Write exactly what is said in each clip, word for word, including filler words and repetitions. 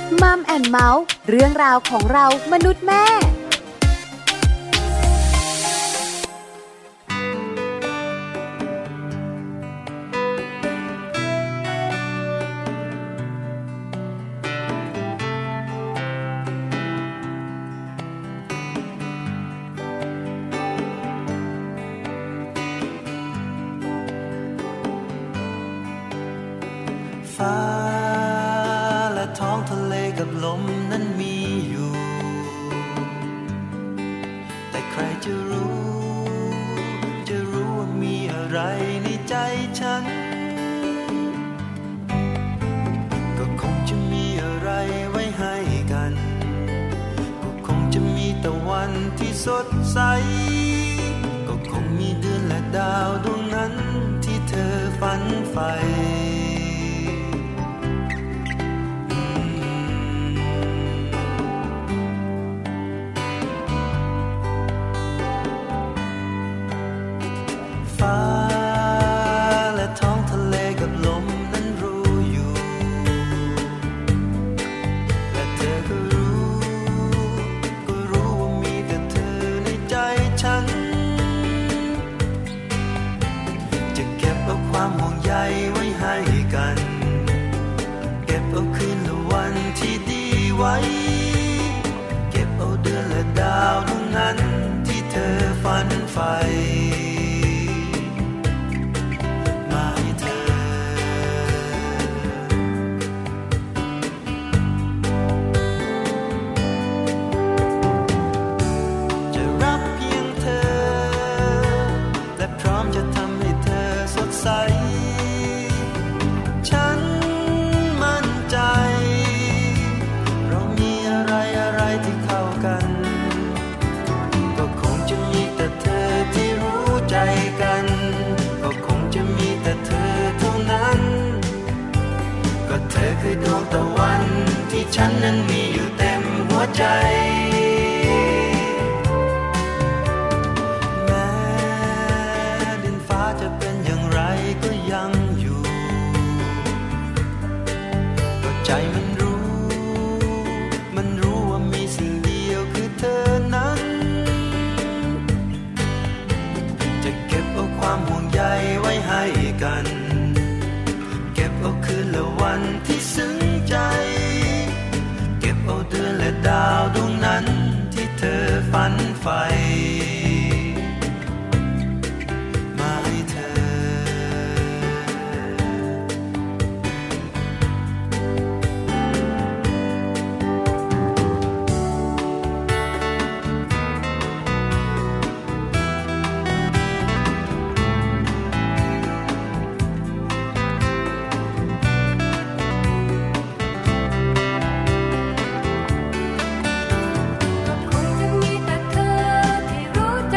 มัมแอนด์เมาส์เรื่องราวของเรามนุษย์แม่ฟ้าและท้องทะเลกับลมนั้นมีอยู่แต่ใครจะรู้จะรู้ว่ามีอะไรในใจฉันก็คงจะมีอะไรไว้ให้กันก็คงจะมีตะวันที่สดใสก็คงมีเดือนและดาวดวงนั้นที่เธอฝันใฝ่ฟ้าและท้องทะเลกับลมนั้นรู้อยู่และเธอก็รู้ก็รู้ว่ามีแต่เธอในใจฉันจะเก็บเอาความห่วงใยไว้ให้กันเก็บเอาคืนและวันที่ดีไว้เก็บเอาเดือนและดาวดวงนั้นที่เธอฝันใฝ่ฉันมั่นใจเรามีอะไรอะไรที่เข้ากันก็คงจะมีแต่เธอที่รู้ใจกันก็คงจะมีแต่เธอเท่านั้นก็เธอคือดวงตะวันที่ฉันนั้นมีอยู่เต็มหัวใจแม้ดินฟ้าจะเป็นอย่างไรก็ยังอยู่ก็ใจมันรู้มันรู้ว่ามีสิ่งเดียวคือเธอนั้นจะเก็บเอาความห่วงใยไว้ให้กันเก็บเอาคืนและวันที่ซึ้งใจเก็บเอาเดือนและดาวดวงนั้นที่เธอฝันใฝ่คงจะมีแต่เธอที่รู้ใจ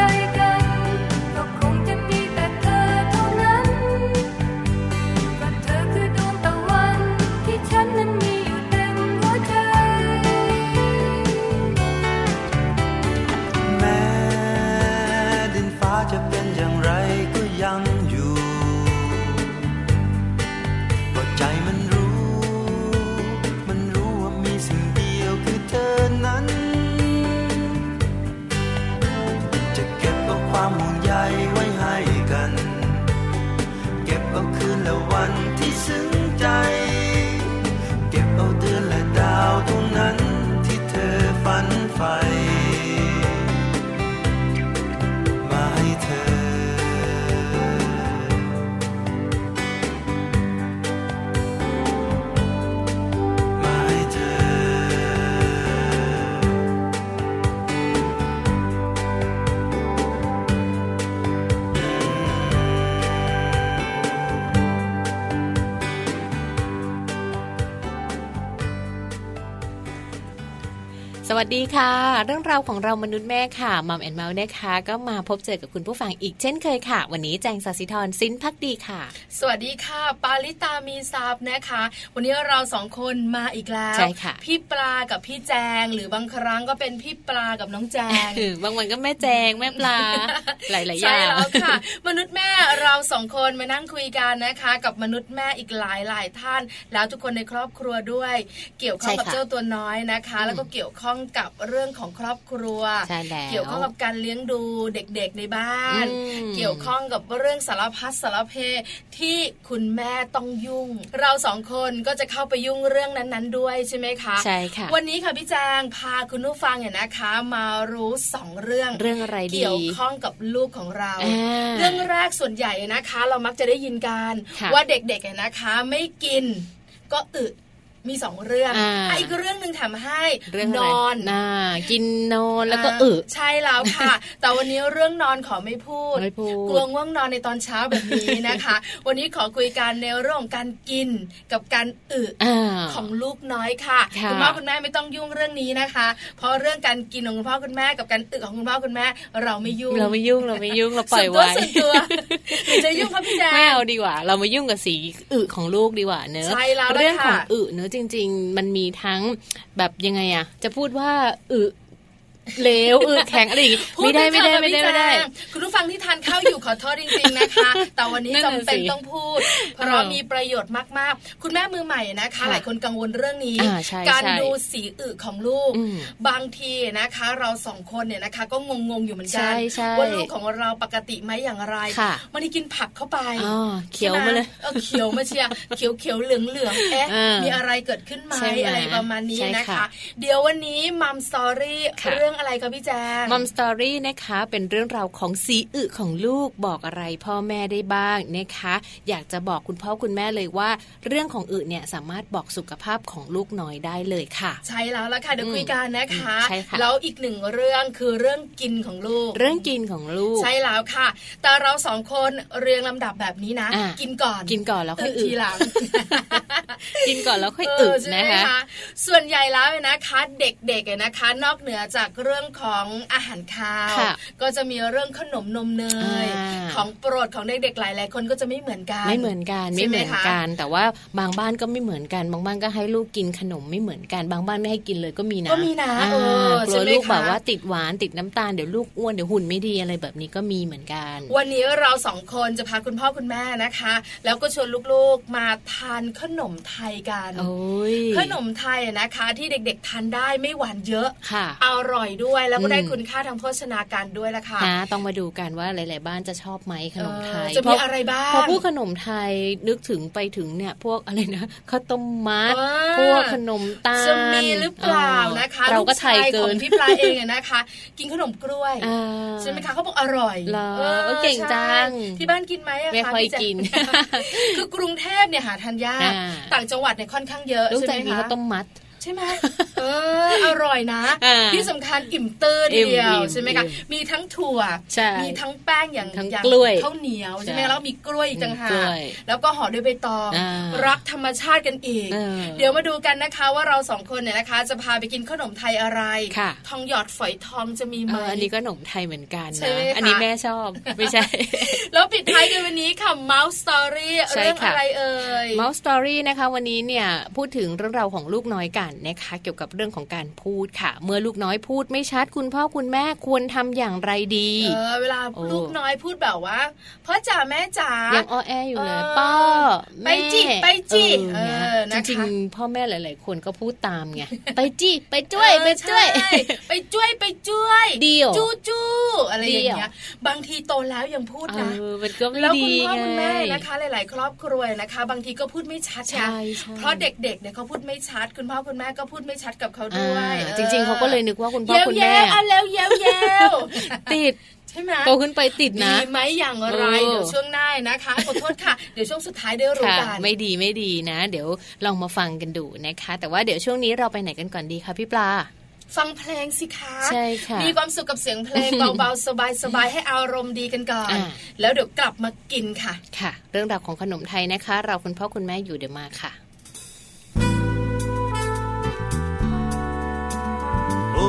สวัสดีค่ะเรื่องราวของเรามนุษย์แม่ค่ะมัมแอนด์เมาส์นะคะก็มาพบเจอกับคุณผู้ฟังอีกเช่นเคยค่ะวันนี้แจงศศิธรสินภักดีค่ะสวัสดีค่ะปาริตามีทรัพย์นะคะวันนี้เราสองคนมาอีกแล้วใช่ค่ะพี่ปลากับพี่แจงหรือบางครั้งก็เป็นพี่ปลากับน้องแจงบางวันก็แม่แจงแม่ปลา หลายๆอย่างใช่แล้วค่ะมนุษย์แม่เราสองคนมานั่งคุยกันนะคะกับมนุษย์แม่อีกหลายหลายท่านแล้วทุกคนในครอบครัวด้วยเกี่ยวข้องกับเจ้าตัวน้อยนะคะแล้วก็เกี่ยวข้องกับเรื่องของครอบครัวเกี่ยวข้องกับการเลี้ยงดูเด็กๆในบ้านเกี่ยวข้องกับเรื่องสารพัดสารเพที่คุณแม่ต้องยุ่งเราสองคนก็จะเข้าไปยุ่งเรื่องนั้นๆด้วยใช่ไหมคะใช่ค่ะวันนี้ค่ะพี่แจงพาคุณผู้ฟังเนี่ยนะคะมารู้สองเรื่องเรื่องอะไรดีเกี่ยวข้องกับลูกของเราเรื่องแรกส่วนใหญ่นะคะเรามักจะได้ยินกันว่าเด็กๆนะคะไม่กินก็อึมีสองเรื่องอีกเรื่องนึงถามให้นอนน่ากินนอนแล้วก็อึใช่แล้วค่ะแต่วันนี้เรื่องนอนขอไม่พูดกลัวง่วงนอนในตอนเช้าแบบนี้นะคะวันนี้ขอคุยกันในเรื่องของการกินกับการอึของลูกน้อยค่ะคุณพ่อคุณแม่ไม่ต้องยุ่งเรื่องนี้นะคะเพราะเรื่องการกินของคุณพ่อคุณแม่กับการอึของคุณพ่อคุณแม่เราไม่ยุ่งเราไม่ยุ่งเราไม่ยุ่งเราปล่อยไว้ส่วนตัวหรือจะยุ่งครับพี่แจ๊ไม่เอาดีกว่าเรามายุ่งกับสีอึของลูกดีกว่าเนอะเรื่องของอึเนอะจริงๆมันมีทั้งแบบยังไงอะจะพูดว่าอึเลวอึแข็งอะไรอย่างงี้ไม่ได้ไม่ได้ไม่ได้ไม่ได้คุณผู้ฟังที่ทานข้าวอยู่ขอโทษจริงๆนะคะแต่วันนี้จำเป็นต้องพูดเพราะมีประโยชน์มากๆคุณแม่มือใหม่นะคะหลายคนกังวลเรื่องนี้การดูสีอึของลูกบางทีนะคะเราสองคนเนี่ยนะคะก็งงๆอยู่เหมือนกันว่าลูกของเราปกติไหมอย่างไรวันนี้กินผักเข้าไปเขียวมาเลยเขียวมาเชียร์เขียวเขียวเหลืองเหลืองเอ๊ะมีอะไรเกิดขึ้นไหมอะไรประมาณนี้นะคะเดี๋ยววันนี้มัมสตอรี่เรื่องอะไรคะพี่แจงมัมสตอรี่นะคะเป็นเรื่องราวของสีอึของลูกบอกอะไรพ่อแม่ได้บ้างนะคะอยากจะบอกคุณพ่อคุณแม่เลยว่าเรื่องของอึเนี่ยสามารถบอกสุขภาพของลูกน้อยได้เลยค่ะใช่แล้วละค่ะเดี๋ยวคุยกันนะคะแล้วอีกหนึ่งเรื่องคือเรื่องกินของลูกเรื่องกินของลูกใช่แล้วค่ะแต่เราสองคนเรียงลำดับแบบนี้นะกินก่อนกินก่อนแล้วค่อยอึทีหลังกินก่อนแล้วค่อยอึนะคะส่วนใหญ่แล้วนะคะเด็กๆนะคะนอกเหนือจากเรื่องของอาหารคาวก็จะมีเรื่องขนมนมเนยของโปรดของเด็กๆหลายๆคนก็จะไม่เหมือนกันไม่เหมือนกันไม่เหมือนกันแต่ว่าบางบ้านก็ไม่เหมือนกันบางบ้านก็ให้ลูกกินขนมไม่เหมือนกันบางบ้านไม่ให้กินเลยก็มีนะก็มีนะเออกลัวลูกแบบว่าติดหวานติดน้ำตาลเดี๋ยวลูกอ้วนเดี๋ยวหุ่นไม่ดีอะไรแบบนี้ก็มีเหมือนกันวันนี้เราสองคนจะพาคุณพ่อคุณแม่นะคะแล้วก็ชวนลูกๆมาทานขนมไทยกันขนมไทยนะคะที่เด็กๆทานได้ไม่หวานเยอะอร่อยด้วยแล้วก็ได้คุณค่าทางโภชนาการด้วยละค่ะนะต้องมาดูกันว่าหลายๆบ้านจะชอบไหมขนมไทยจะมีอะไรบ้างพอพูดขนมไทยนึกถึงไปถึงเนี่ยพวกอะไรนะข้าวต้มมัดพวกขนมตาลจะมีหรือเปล่านะคะเราก็ไทยเกินพี่ปลาเองนะคะกินขนมกล้วยใช่ไหมคะเขาบอกอร่อยเออเก่งจังที่บ้านกินไหมอะคะไม่ค่อยกินคือกรุงเทพเนี่ยหาทานยากต่างจังหวัดเนี่ยค่อนข้างเยอะใช่ไหมคะข้าวต้มมัดใช่ไหมเอออร่อยนะที่สำคัญอิ่มเตอร์เดียวใช่ไหมคะมีทั้งถั่วมีทั้งแป้งอย่างกล้วยข้าวเหนียวใช่ไหมแล้วมีกล้วยอีกต่างหากแล้วก็ห่อด้วยใบตองรักธรรมชาติกันอีกเดี๋ยวมาดูกันนะคะว่าเราสองคนเนี่ยนะคะจะพาไปกินขนมไทยอะไรทองหยอดฝอยทองจะมีไหมอันนี้ก็ขนมไทยเหมือนกันนะอันนี้แม่ชอบไม่ใช่แล้วปิดท้ายกันวันนี้ค่ะ Mouse Story เรื่องอะไรเอ่ย Mouse Story นะคะวันนี้เนี่ยพูดถึงเรื่องราวของลูกน้อยกันนะคะเกี่ยวกับเรื่องของการพูดค่ะเมื่อลูกน้อยพูดไม่ชัดคุณพ่อคุณแม่ควรทำอย่างไรดีเออเวลาลูกน้อยพูดแบบว่าพ่อจ๋าแม่จ๋ายังอ้อแออยู่เลยป้อไปจิไปจิจริงๆพ่อแม่หลายๆคนก็พูดตามไงไปจิไปจ้วยไปจ้วยไปจ้วยไปจ้วยจู้จู้อะไรอย่างเงี้ยบางทีโตแล้วยังพูดนะแล้วคุณพ่อคุณแม่นะคะหลายๆครอบครัวนะคะบางทีก็พูดไม่ชัดนะเพราะเด็กๆเนี่ยเขาพูดไม่ชัดคุณพ่อคุณแม่ก็พูดไม่ชัดกับเขาด้วยจริงๆเขาก็เลยนึกว่าคุณพ่อคุณแม่อ่ะแล้วเย้วเย้วติดใช่ไหมโตขึ้นไปติดนะดีไหมอย่างไรเดี๋ยวช่วงหน้านะคะขอโทษค่ะเดี๋ยวช่วงสุดท้ายได้รู้กันไม่ดีไม่ดีนะเดี๋ยวลองมาฟังกันดูนะคะแต่ว่าเดี๋ยวช่วงนี้เราไปไหนกันก่อนดีคะพี่ปลาฟังเพลงสิคะใช่ค่ะมีความสุขกับเสียงเพลงเบาๆสบายๆให้อารมณ์ดีกันก่อนแล้วเดี๋ยวกลับมากินค่ะค่ะเรื่องราวของขนมไทยนะคะเราคุณพ่อคุณแม่อยู่เดี๋ยวมาค่ะโอ้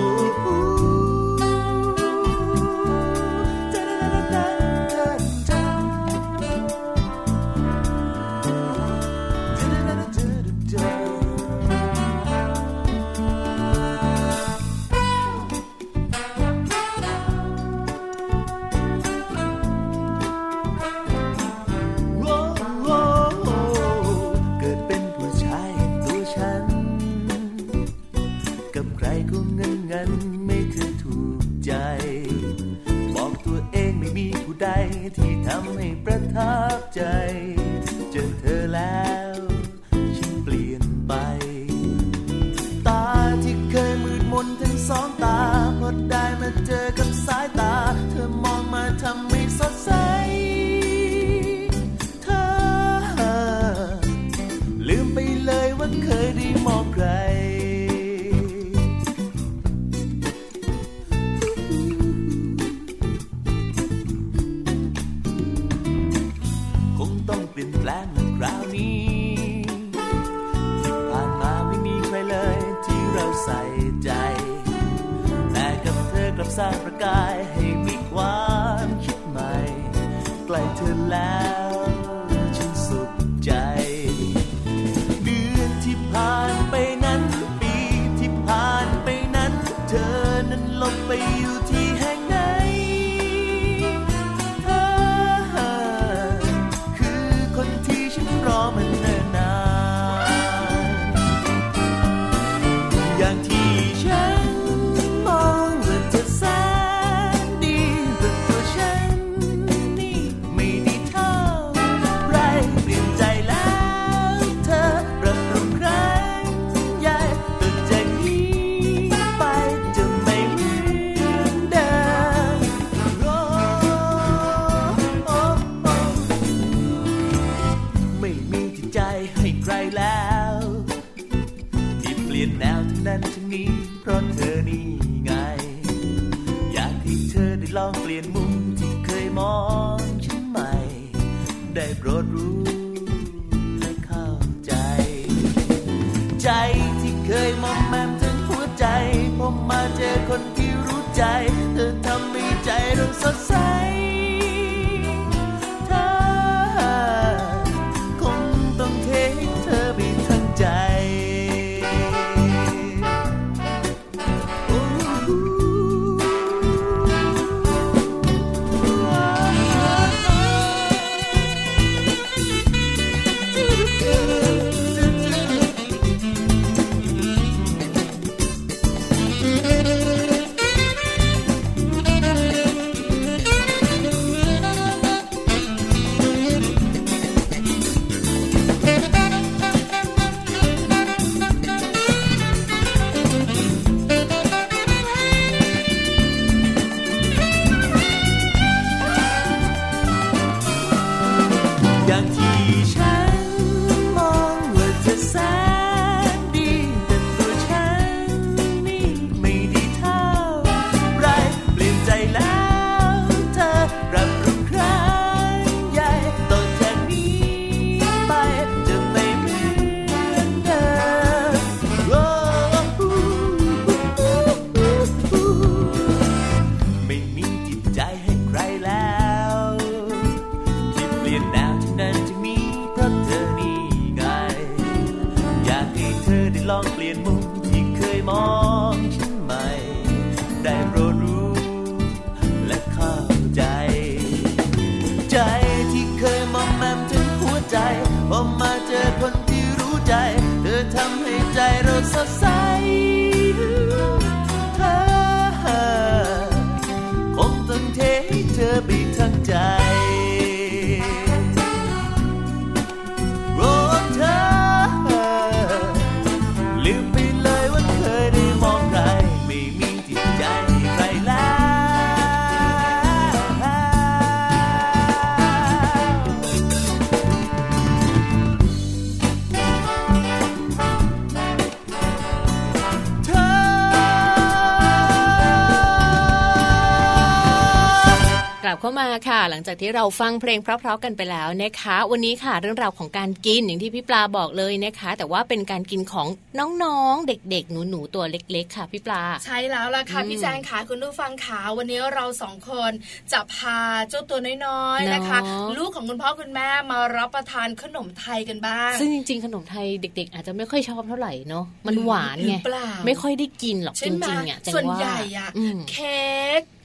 กับใครก็งันงันไม่เคยถูกใจบอกตัวเองไม่มีผู้ใดที่ทำให้ประทับใจเจอเธอแล้วฉันเปลี่ยนไปตาที่เคยมืดมนทั้งสองตาพอได้มาเจอกับสายตาเธอมองมาทำให้สดใสเธอลืมไปเลยว่าเคยได้มองใครคงต้องเปลี่ยนแปลงในคราวนี้ที่ผ่านมาไม่มีใครเลยที่เราใส่ใจแต่กับเธอกลับสร้างประกายให้มีความคิดใหม่ใกล้เธอแล้วฉันสุขใจเดือนที่ผ่านไปนั้นปีที่ผ่านไปนั้นเธอนั้นลงไปอยู่ที่แห่งไหนเธอคือคนที่ฉันรอมันเนิ่นนานอย่างที่ฉันมองว่าเธอแสนดีแต่ตัวฉันนี่ไม่ดีเท่าไรเปลี่ยนใจแล้วเธอปรับปรุงครั้งใหญ่ต่อจากนี้ไปจะไม่เหมือนเดิมโอ้โอ้โอ้ไม่มีจิตใจให้ใครแล้วที่เปลี่ยนแนวทั้งนั้นทั้งนี้เพราะเธอนี่ไงอยากให้เธอได้ลองเปลี่ยนมุมที่เคยมองฉันใหม่ได้โปรดรู้และเข้าใจใจที่เคยมอมแมมทั้งหัวใจพอมาเจอคนที่รู้ใจเธอทำให้ใจเราสดใสเธอคงต้องเทให้เธอไปทั้งใจโอ้โหอย่างที่ฉันมองว่าเธอแสนดีแต่ตัวฉันนี่ไม่ดีเท่าไรเปลี่ยนใจแล้วเธอรับรู้ครั้งใหญ่ต่อจากนี้ไปจะไม่เหมือนเดิมโอ้โหไม่มีจิตใจให้ใครแล้วที่เปลี่ยนแนวทั้งนั้นจะมีเพราะเธอนี่ไงอยากให้เธอได้ลองเปลี่ยนมุมที่เคยมองฉันใหม่ได้โปรดรู้และเข้าใจใจที่เคยมองแมมถึงหัวใจพอมาเจอคนที่รู้ใจเธอทำให้ใจเราสดใสเธอคงต้องเทให้เธอไปทั้งใจโอ้เธอลืมไปเลยว่าเคยได้มองใครไม่มีจิตใจให้ใครแล้วเธอลับเข้ามาค่ะหลังจากที่เราฟังเพลงเพราะๆกันไปแล้วนะคะวันนี้ค่ะเรื่องราวของการกินอย่างที่พี่ปลาบอกเลยนะคะแต่ว่าเป็นการกินของน้องๆเด็กๆหนูๆตัวเล็กๆค่ะพี่ปลาใช่แล้วล่ะค่ะพี่แจงค่ะคุณผู้ฟังค่ะวันนี้เราสองคนจะพาเจ้าตัวน้อยๆนะคะลูกของคุณพ่อคุณแม่มารับประทานขนมไทยกันบ้างซึ่งจริงๆขนมไทยเด็กๆอาจจะไม่ค่อยชอบเท่าไหร่เนาะมันหวานไงไม่ค่อยได้กินหรอกจริงๆอ่ะส่วนใหญ่อ่ะเค้ก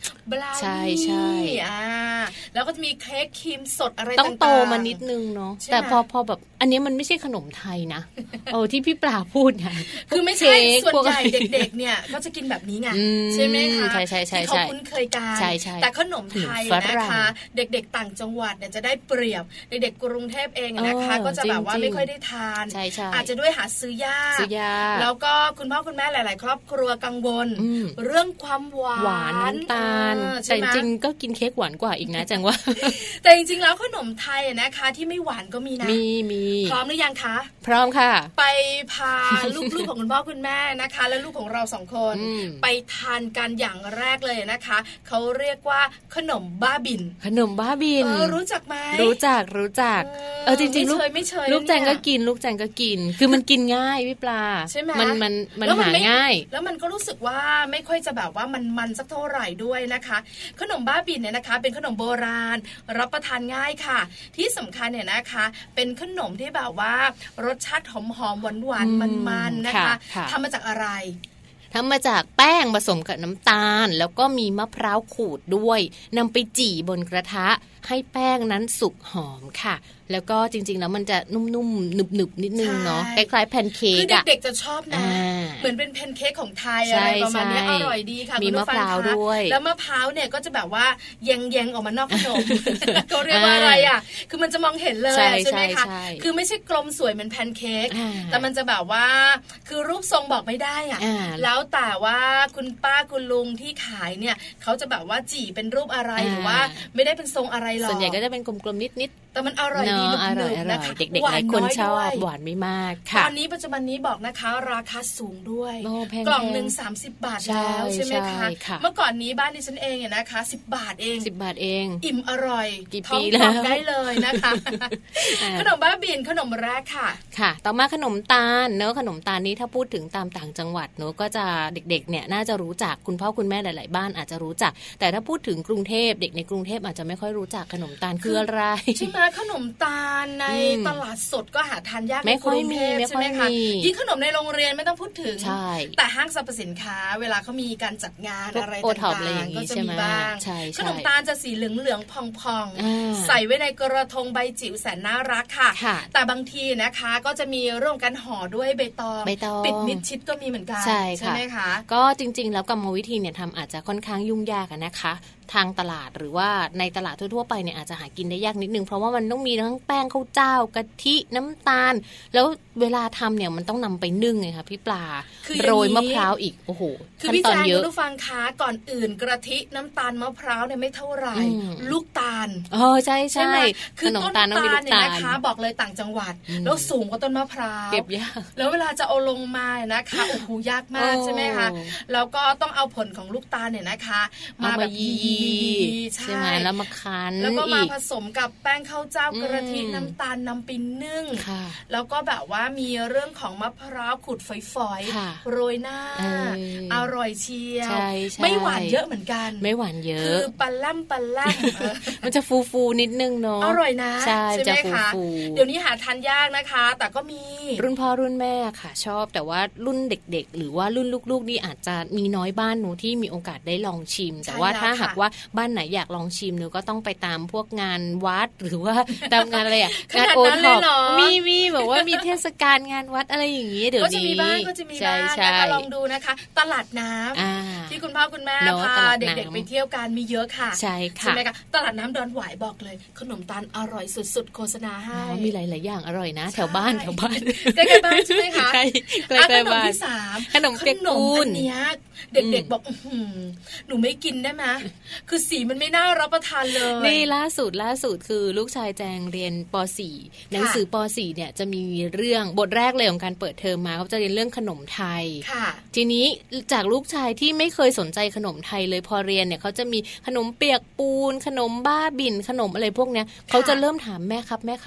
บราวนี่ใช่ใช่อ่าแล้วก็จะมีเค้กครีมสดอะไรต่างๆต้องโตมานิดนึงเนาะแต่พอพอแบบอันนี้มันไม่ใช่ขนมไทยนะโอ้ที่พี่ปลาพูดไงคือไม่ใช่ส่วนใหญ่เด็กๆเนี่ยก็จะกินแบบนี้ไงใช่ไหมคะใช่ใช่ใช่ที่เขาคุ้นเคยกันแต่ขนมไทยนะคะเด็กๆต่างจังหวัดเนี่ยจะได้เปรียบเด็กๆกรุงเทพเองนะคะก็จะแบบว่าไม่ค่อยได้ทานอาจจะด้วยหาซื้อยากแล้วก็คุณพ่อคุณแม่หลายๆครอบครัวกังวลเรื่องความหวานหวานน้ำตาลแต่จริงก็กินเค้กหวานกว่าอีกนะจังว่าแต่จริงๆแล้วขนมไทยนะคะที่ไม่หวานก็มีนะมีมีพร้อมหรือยังคะพร้อมค่ะไปพาลูกๆของคุณพ่อคุณแม่นะคะและลูกของเราสองคนไปทานกันอย่างแรกเลยนะคะเขาเรียกว่าขนมบ้าบินขนมบ้าบินรู้จักไหมรู้จักรู้จักเออจริงๆลูกลูกแจงก็กินลูกแจงก็กินคือมันกินง่ายพี่ปลาใช่ไหมมันมันมันหาง่ายแล้วมันก็รู้สึกว่าไม่ค่อยจะแบบว่ามันมันสักเท่าไหร่ด้วยนะคะขนมบ้าบินเนี่ยนะคะเป็นขนมโบราณรับประทานง่ายค่ะที่สำคัญเนี่ยนะคะเป็นขนมที่แบบว่ารสชาติหอมหอมหวานหวานมันๆนะคะทำมาจากอะไรทำมาจากแป้งผสมกับน้ำตาลแล้วก็มีมะพร้าวขูดด้วยนำไปจี่บนกระทะให้แป้งนั้นสุกหอมค่ะแล้วก็จริงๆแล้วมันจะนุ่มๆหนึบๆนิดนึงเนาะคล้ายๆแพนเค้กอ่ะเด็กๆจะชอบนะเหมือนเป็นแพนเค้กของไทยอะไรประมาณนี้อร่อยดีค่ะมีมะพร้าวด้วยแล้วมะพร้าวเนี่ยก็จะแบบว่าแยงๆออกมานอกขนมเขาเรียกว่าอะไรอ่ะคือมันจะมองเห็นเลยใช่ไหมคะคือไม่ใช่กลมสวยเหมือนแพนเค้กแต่มันจะแบบว่าคือรูปทรงบอกไม่ได้อ่ะแล้วแต่ว่าคุณป้าคุณลุงที่ขายเนี่ยเขาจะแบบว่าจี่เป็นรูปอะไรหรือว่าไม่ได้เป็นทรงอะไรหรอกส่วนใหญ่ก็จะเป็นกลมๆนิดๆแต่มันอร่อยดีนุ่มๆนะคะเด็กๆหลายคนชอบหวานไม่มากค่ะตอนนี้ปัจจุบันนี้บอกนะคะราคาสูงด้วยกล่องนึงสามสิบบาทแล้วใช่ไหมคะเมื่อก่อนนี้บ้านดิฉันเองเนี่ยนะคะสิบบาทเองสิบบาทเองอิ่มอร่อยกี่ปีแล้วได้เลยนะคะขนมบ้าบินขนมแรกค่ะค่ะต่อมาขนมตาลเนอะขนมตาลนี้ถ้าพูดถึงตามต่างจังหวัดเนอะก็จะเด็กๆเนี่ยน่าจะรู้จักคุณพ่อคุณแม่หลายๆบ้านอาจจะรู้จักแต่ถ้าพูดถึงกรุงเทพเด็กในกรุงเทพอาจจะไม่ค่อยรู้จักขนมตาลคืออะไรใช่ไหมขนมตาลในตลาดสดก็หาทานยากไม่ค่อยมีใช่ไหมคะยิ่งขนมในโรงเรียนไม่ต้องพูดถึงใช่แต่ห้างสรรพสินค้าเวลาเขามีการจัดงานอะไรต่างๆก็จะมีบ้างขนมตาลจะสีเหลืองๆพองๆใส่ไว้ในกระทงใบจิ๋วแสนน่ารักค่ะแต่บางทีนะคะก็จะมีเรื่องการห่อด้วยใบตองปิดมิดชิดก็มีเหมือนกันใช่ไหมคะก็จริงๆแล้วกรรมวิธีเนี่ยทำอาจจะค่อนข้างยุ่งยากนะคะทางตลาดหรือว่าในตลาดทั่วๆไปเนี่ยอาจจะหากินได้ยากนิดนึงเพราะว่ามันต้องมีทั้งแป้งข้าวเจ้ากะทิน้ำตาลแล้วเวลาทำเนี่ยมันต้องนำไปนึ่งไงคะพี่ปลาโรยมะพร้าวอีกโอ้โหขั้นตอนเยอะคือพี่แจงคุณผู้ฟังคะก่อนอื่นกะทิน้ำตาลมะพร้าวเนี่ยไม่เท่าไหร่ลูกตาลเออใช่ใช่คือต้นตาลเนี่ยนะคะบอกเลยต่างจังหวัดแล้วสูงกว่าต้นมะพร้าวเก็บยากแล้วเวลาจะเอาลงมานะคะโอ้โหยากมากใช่ไหมคะแล้วก็ต้องเอาผลของลูกตาลเนี่ยนะคะมาแบบยีใช่ไหมแล้วมาคั้นแล้วก็มาผสมกับแป้งข้าวเจ้ากะทิน้ำตาลนำไปนึ่งแล้วก็แบบว่ามีเรื่องของมะพร้าวขูดฝอยๆโรยหน้าอร่อยเชียวไม่หวานเยอะเหมือนกันไม่หวานเยอะคือปลาล่ำปลาล่ำมันจะฟูฟูนิดนึงเนาะอร่อยนะใช่จะฟูฟูเดี๋ยวนี้หาทานยากนะคะแต่ก็มีรุ่นพ่อรุ่นแม่ค่ะชอบแต่ว่ารุ่นเด็กๆหรือว่ารุ่นลูกๆนี่อาจจะมีน้อยบ้านหนูที่มีโอกาสได้ลองชิมแต่ว่าถ้าหากว่าบ้านไหนอยากลองชิมหนูก็ต้องไปตามพวกงานวัดหรือว่าตามงานอะไรอ่ะงานโอท็อปมีมีแบบว่ามีเทศกาลงานวัดอะไรอย่างงี้เดี๋ยวนี้ก็จะมีบ้างก็จะมีบ้างนะคะลองดูนะคะตลาดน้ำที่คุณพ่อคุณแม่พาเด็กๆไปเที่ยวกันมีเยอะค่ะใช่ค่ะใช่ไหมคะตลาดน้ำดอนหวายบอกเลยขนมตาลอร่อยสุดๆโฆษณาให้มีหลายๆอย่างอร่อยนะแถวบ้านแถวบ้านใกล้ๆบ้านใช่ไหมคะใช่ใกล้ๆบ้านที่สามขนมเปียกปูนเนี้ยเด็กๆบอกหนูไม่กินได้ไหมคือสีมันไม่น่ารับประทานเลยนี่ล่าสุดล่าสุดคือลูกชายแจงเรียนป .สี่ หนังสือป .สี่ เนี่ยจะมีเรื่องบทแรกเลยของการเปิดเทอมมาเขาจะเรียนเรื่องขนมไทยทีนี้จากลูกชายที่ไม่เคยสนใจขนมไทยเลยพอเรียนเนี่ยเขาจะมีขนมเปียกปูนขนมบ้าบิ่นขนมอะไรพวกเนี้ยเขาจะเริ่มถามแม่ครับแม่ครับ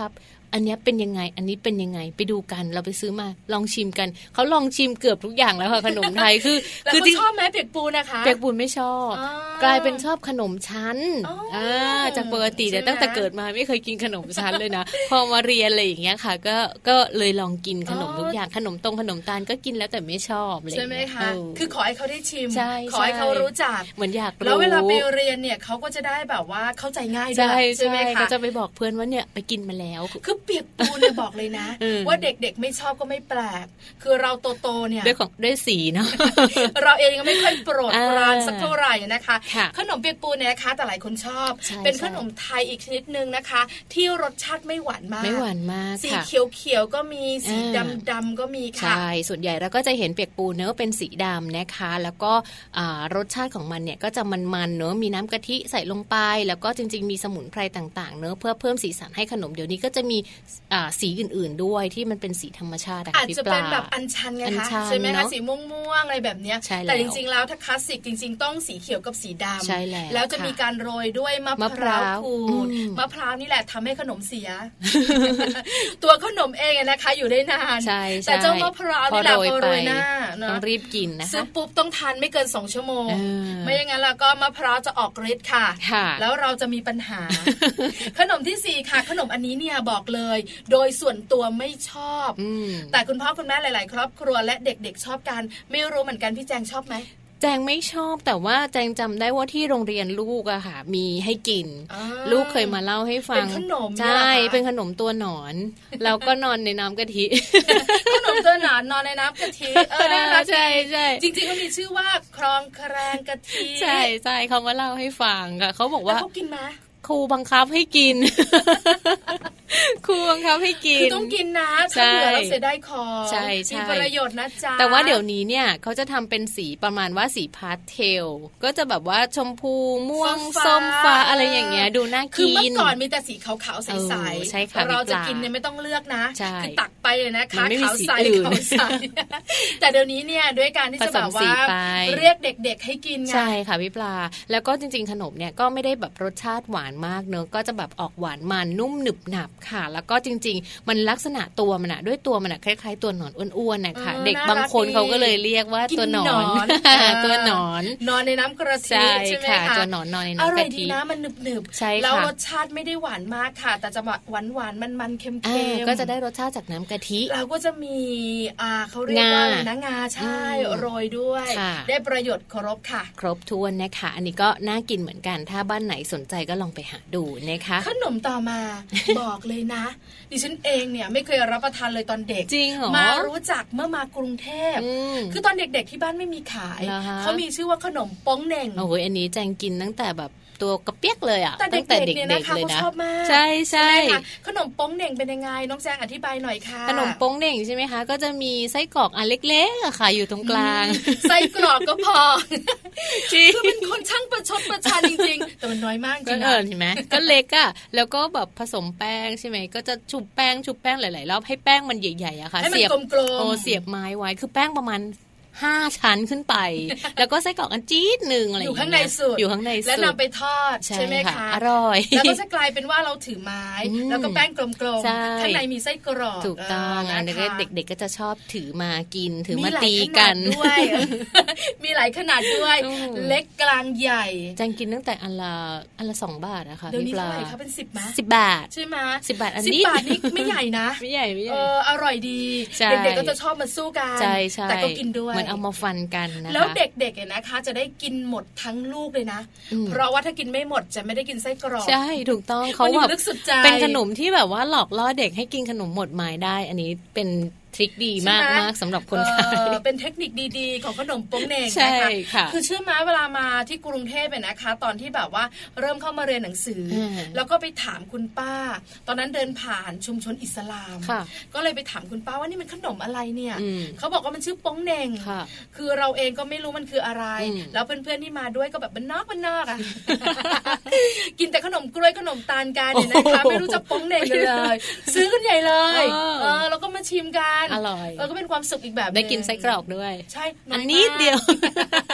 อันนี้เป็นยังไงอันนี้เป็นยังไงไปดูกันเราไปซื้อมาลองชิมกันเขาลองชิมเกือบทุกอย่างแล้วค่ะขนมไทยคือคือชอบไหมเปียกปูนนะคะเปียกปูนไม่ชอบกลายเป็นชอบขนมชั้นอ่าจากปกติแต่ตั้งแต่เกิดมาไม่เคยกินขนมชั้นเลยนะพอมาเรียนอะไรอย่างเงี้ยค่ะก็ก็เลยลองกินขนมทุกอย่างขนมตรงขนมตาลก็กินแล้วแต่ไม่ชอบเลยใช่ไหมคะคือขอให้เขาได้ชิมขอให้เขารู้จักเหมือนอยากรู้แล้วเวลาไปเรียนเนี่ยเขาก็จะได้แบบว่าเข้าใจง่ายด้วยใช่ไหมคะก็จะไปบอกเพื่อนว่าเนี่ยไปกินมาแล้วคือเปียกปูนเนี่ยบอกเลยนะว่าเด็กๆไม่ชอบก็ไม่แปลกคือเราโตๆเนี่ยด้วยของด้วยสีเนาะเราเองก็ไม่ค่อยโปรดปรานสักเท่าไหร่นะคะขนมเปียกปูนเนี่ยนะคะแต่หลายคนชอบเป็นขนมไทยอีกชนิดนึงนะคะที่รสชาติไม่หวานมากไม่หวานมากสีเขียวๆก็มีสีดำๆก็มีค่ะใช่ส่วนใหญ่เราก็จะเห็นเปียกปูนเนื้อเป็นสีดำนะคะแล้วก็รสชาติของมันเนี่ยก็จะมันๆเนื้อมีน้ำกะทิใส่ลงไปแล้วก็จริงๆมีสมุนไพรต่างๆเนื้อเพื่อเพิ่มสีสันให้ขนมเดี๋ยวนี้ก็จะมีสีอื่นๆด้วยที่มันเป็นสีธรรมชาติอาจจะเป็นแบบอัญชันไงคะใช่ไหมคะสีม่วงๆอะไรแบบนี้แต่จริงๆแล้วถ้าคลาสสิกจริงๆต้องสีเขียวกับสีดำแล้วจะมีการโรยด้วยมะพร้าวขูดมะพร้าวนี่แหละทำให้ขนมเสียตัวขนมเองนะคะอยู่ได้นานแต่เจ้ามะพร้าวนี่แหละพอโรยหน้าต้องรีบกินนะคะซื้อปุ๊บต้องทานไม่เกินสองชั่วโมงไม่อย่างนั้นแล้วก็มะพร้าวจะออกฤทธิ์ค่ะแล้วเราจะมีปัญหาขนมที่สี่ค่ะขนมอันนี้เนี่ยบอกเลยโดยส่วนตัวไม่ชอบแต่คุณพ่อคุณแม่หลายๆครอบครัวและเด็กๆชอบกันไม่รู้เหมือนกันพี่แจงชอบไหมแจงไม่ชอบแต่ว่าแจงจำได้ว่าที่โรงเรียนลูกอะค่ะมีให้กินลูกเคยมาเล่าให้ฟังเป็นขนมใช่เป็นขนมตัวหนอนแล้วก็นอนในน้ำกะทิขนมตัวหนอนนอนในน้ำกะทิเออน่ารักใช่ใช่จริงๆก็มีชื่อว่าครองแครงกะทิใช่ใช่เขามาเล่าให้ฟังค่ะเขาบอกว่าเขากินไหมครูบังคับให้กินครูบังคับให้กินคือต้องกินนะถ้าเผื่อเราเสียได้คอใช่ใช่มีประโยชน์นะจ๊ะแต่ว่าเดี๋ยวนี้เนี่ยเขาจะทำเป็นสีประมาณว่าสีพาสเทลก็จะแบบว่าชมพูม่วงส้มฟ้าอะไรอย่างเงี้ยดูน่ากินคือเมื่อก่อนมีแต่สีขาวๆใสๆเราจะกินเนี่ยไม่ต้องเลือกนะคือตักไปเลยนะคะขาวใสขาวใสแต่เดี๋ยวนี้เนี่ยด้วยการที่จะแบบว่าเรียกเด็กๆให้กินไงใช่ค่ะพี่ปลาแล้วก็จริงๆขนมเนี่ยก็ไม่ได้แบบรสชาติหวานมากเนอะก็จะแบบออกหวานมันนุ่มหนึบหนับค่ะแล้วก็จริงๆมันลักษณะตัวมันอะด้วยตัวมันอะคล้ายๆตัวหนอนอ้วนๆนะคะเด็กบางคนเขาก็เลยเรียกว่าตัวหนอนตัวหนอนนอนในน้ำกระทิใช่ไหมคะตัวหนอนนอนในน้ำกะทิอร่อยดีนะมันหนึบๆแล้วรสชาติไม่ได้หวานมากค่ะแต่จะหวานหวานมันๆเค็มๆก็จะได้รสชาติจากน้ำกะทิแล้วก็จะมีอ่าเขาเรียกว่าอะไรนะงาใช่โรยด้วยได้ประโยชน์ครบค่ะครบถ้วนนะคะอันนี้ก็น่ากินเหมือนกันถ้าบ้านไหนสนใจก็ลองไปหาดูนะคะขนมต่อมา บอกเลยนะดิฉันเองเนี่ยไม่เคยรับประทานเลยตอนเด็กจริงเหรอมารู้จักเมื่อมากรุงเทพคือตอนเด็กๆที่บ้านไม่มีขายเขามีชื่อว่าขนมโป้งเหน่งโอ้ยอันนี้แจงกินตั้งแต่แบบตัวกระเปียกเลยอ่ะตั้งแต่เด็กๆเนี่ยนะคะเขาชอบมากใช่ใช่ขนมโป้งเหน่งเป็นยังไงน้องแจงอธิบายหน่อยค่ะขนมโป้งเหน่งใช่ไหมคะก็จะมีไส้กรอกอันเล็กๆอะค่ะอยู่ตรงกลางไส้กรอกก็พอคือเป็นคนช่างประชดประชันจริงๆแต่มันน้อยมากจริงนะเห็นไหมก็เล็กอ่ะแล้วก็แบบผสมแป้งใช่ไหมก็จะชุบแป้งชุบแป้งหลายๆรอบให้แป้งมันใหญ่ๆอะค่ะเสียบโอ้เสียบไม้ไว้คือแป้งประมาณห้าชั้นขึ้นไปแล้วก็ไส้กรอกอันจี๊ดหนึ่งอะไรอยู่ข้างในสุดอยู่ข้างในสุดแล้วนำไปทอดใช่ไหมคะอร่อยแล้วก็จะกลายเป็นว่าเราถือไม้แล้วก็แป้งกลมๆข้างในมีไส้กรอกถูกต้องอันนี้เด็กๆก็จะชอบถือมากินถือมาตีกันด้วยมีหลายขนาดด้วยเล็กกลางใหญ่จังกินตั้งแต่อันละอันละสองบาทนะคะเดี๋ยวนี้เท่าไหร่คะเป็นสิบมั้ยสิบบาทใช่ไหมสิบบาทอันนี้สิบบาทนี่ไม่ใหญ่นะไม่ใหญ่ไม่ใหญ่เอออร่อยดีเด็กๆก็จะชอบมาสู้กันแต่ก็กินด้วยเหมือนเอามาฟันกันแล้วเด็กๆเนี่ยนะคะจะได้กินหมดทั้งลูกเลยนะเพราะว่าถ้ากินไม่หมดจะไม่ได้กินไส้กรอกใช่ถูกต้องเขาแบบเป็นขนมที่แบบว่าหลอกล่อเด็กให้กินขนมหมดไม้ได้อันนี้เป็นทริคดีมากมากสำหรับคนขายเป็นเทคนิคดีๆของขนมโป้งเหน่งนะคะคือเชื่อไหมเวลามาที่กรุงเทพเนี่ยนะคะตอนที่แบบว่าเริ่มเข้ามาเรียนหนังสือแล้วก็ไปถามคุณป้าตอนนั้นเดินผ่านชุมชนอิสลามก็เลยไปถามคุณป้าว่านี่มันขนมอะไรเนี่ยเขาบอกว่ามันชื่อโป้งเหน่งคือเราเองก็ไม่รู้มันคืออะไรแล้วเพื่อนๆที่มาด้วยก็แบบมันนอกมันนอกอ่ะกินแต่ขนมกล้วยขนมตาลกันเนี่ยนะคะไม่รู้จะโป้งเหน่งเลยซื้อกันใหญ่เลยเออแล้วก็มาชิมกันอร่อยแล้วก็เป็นความสุขอีกแบบได้กินไส้กรอกด้วยใช่อันนี้เดียว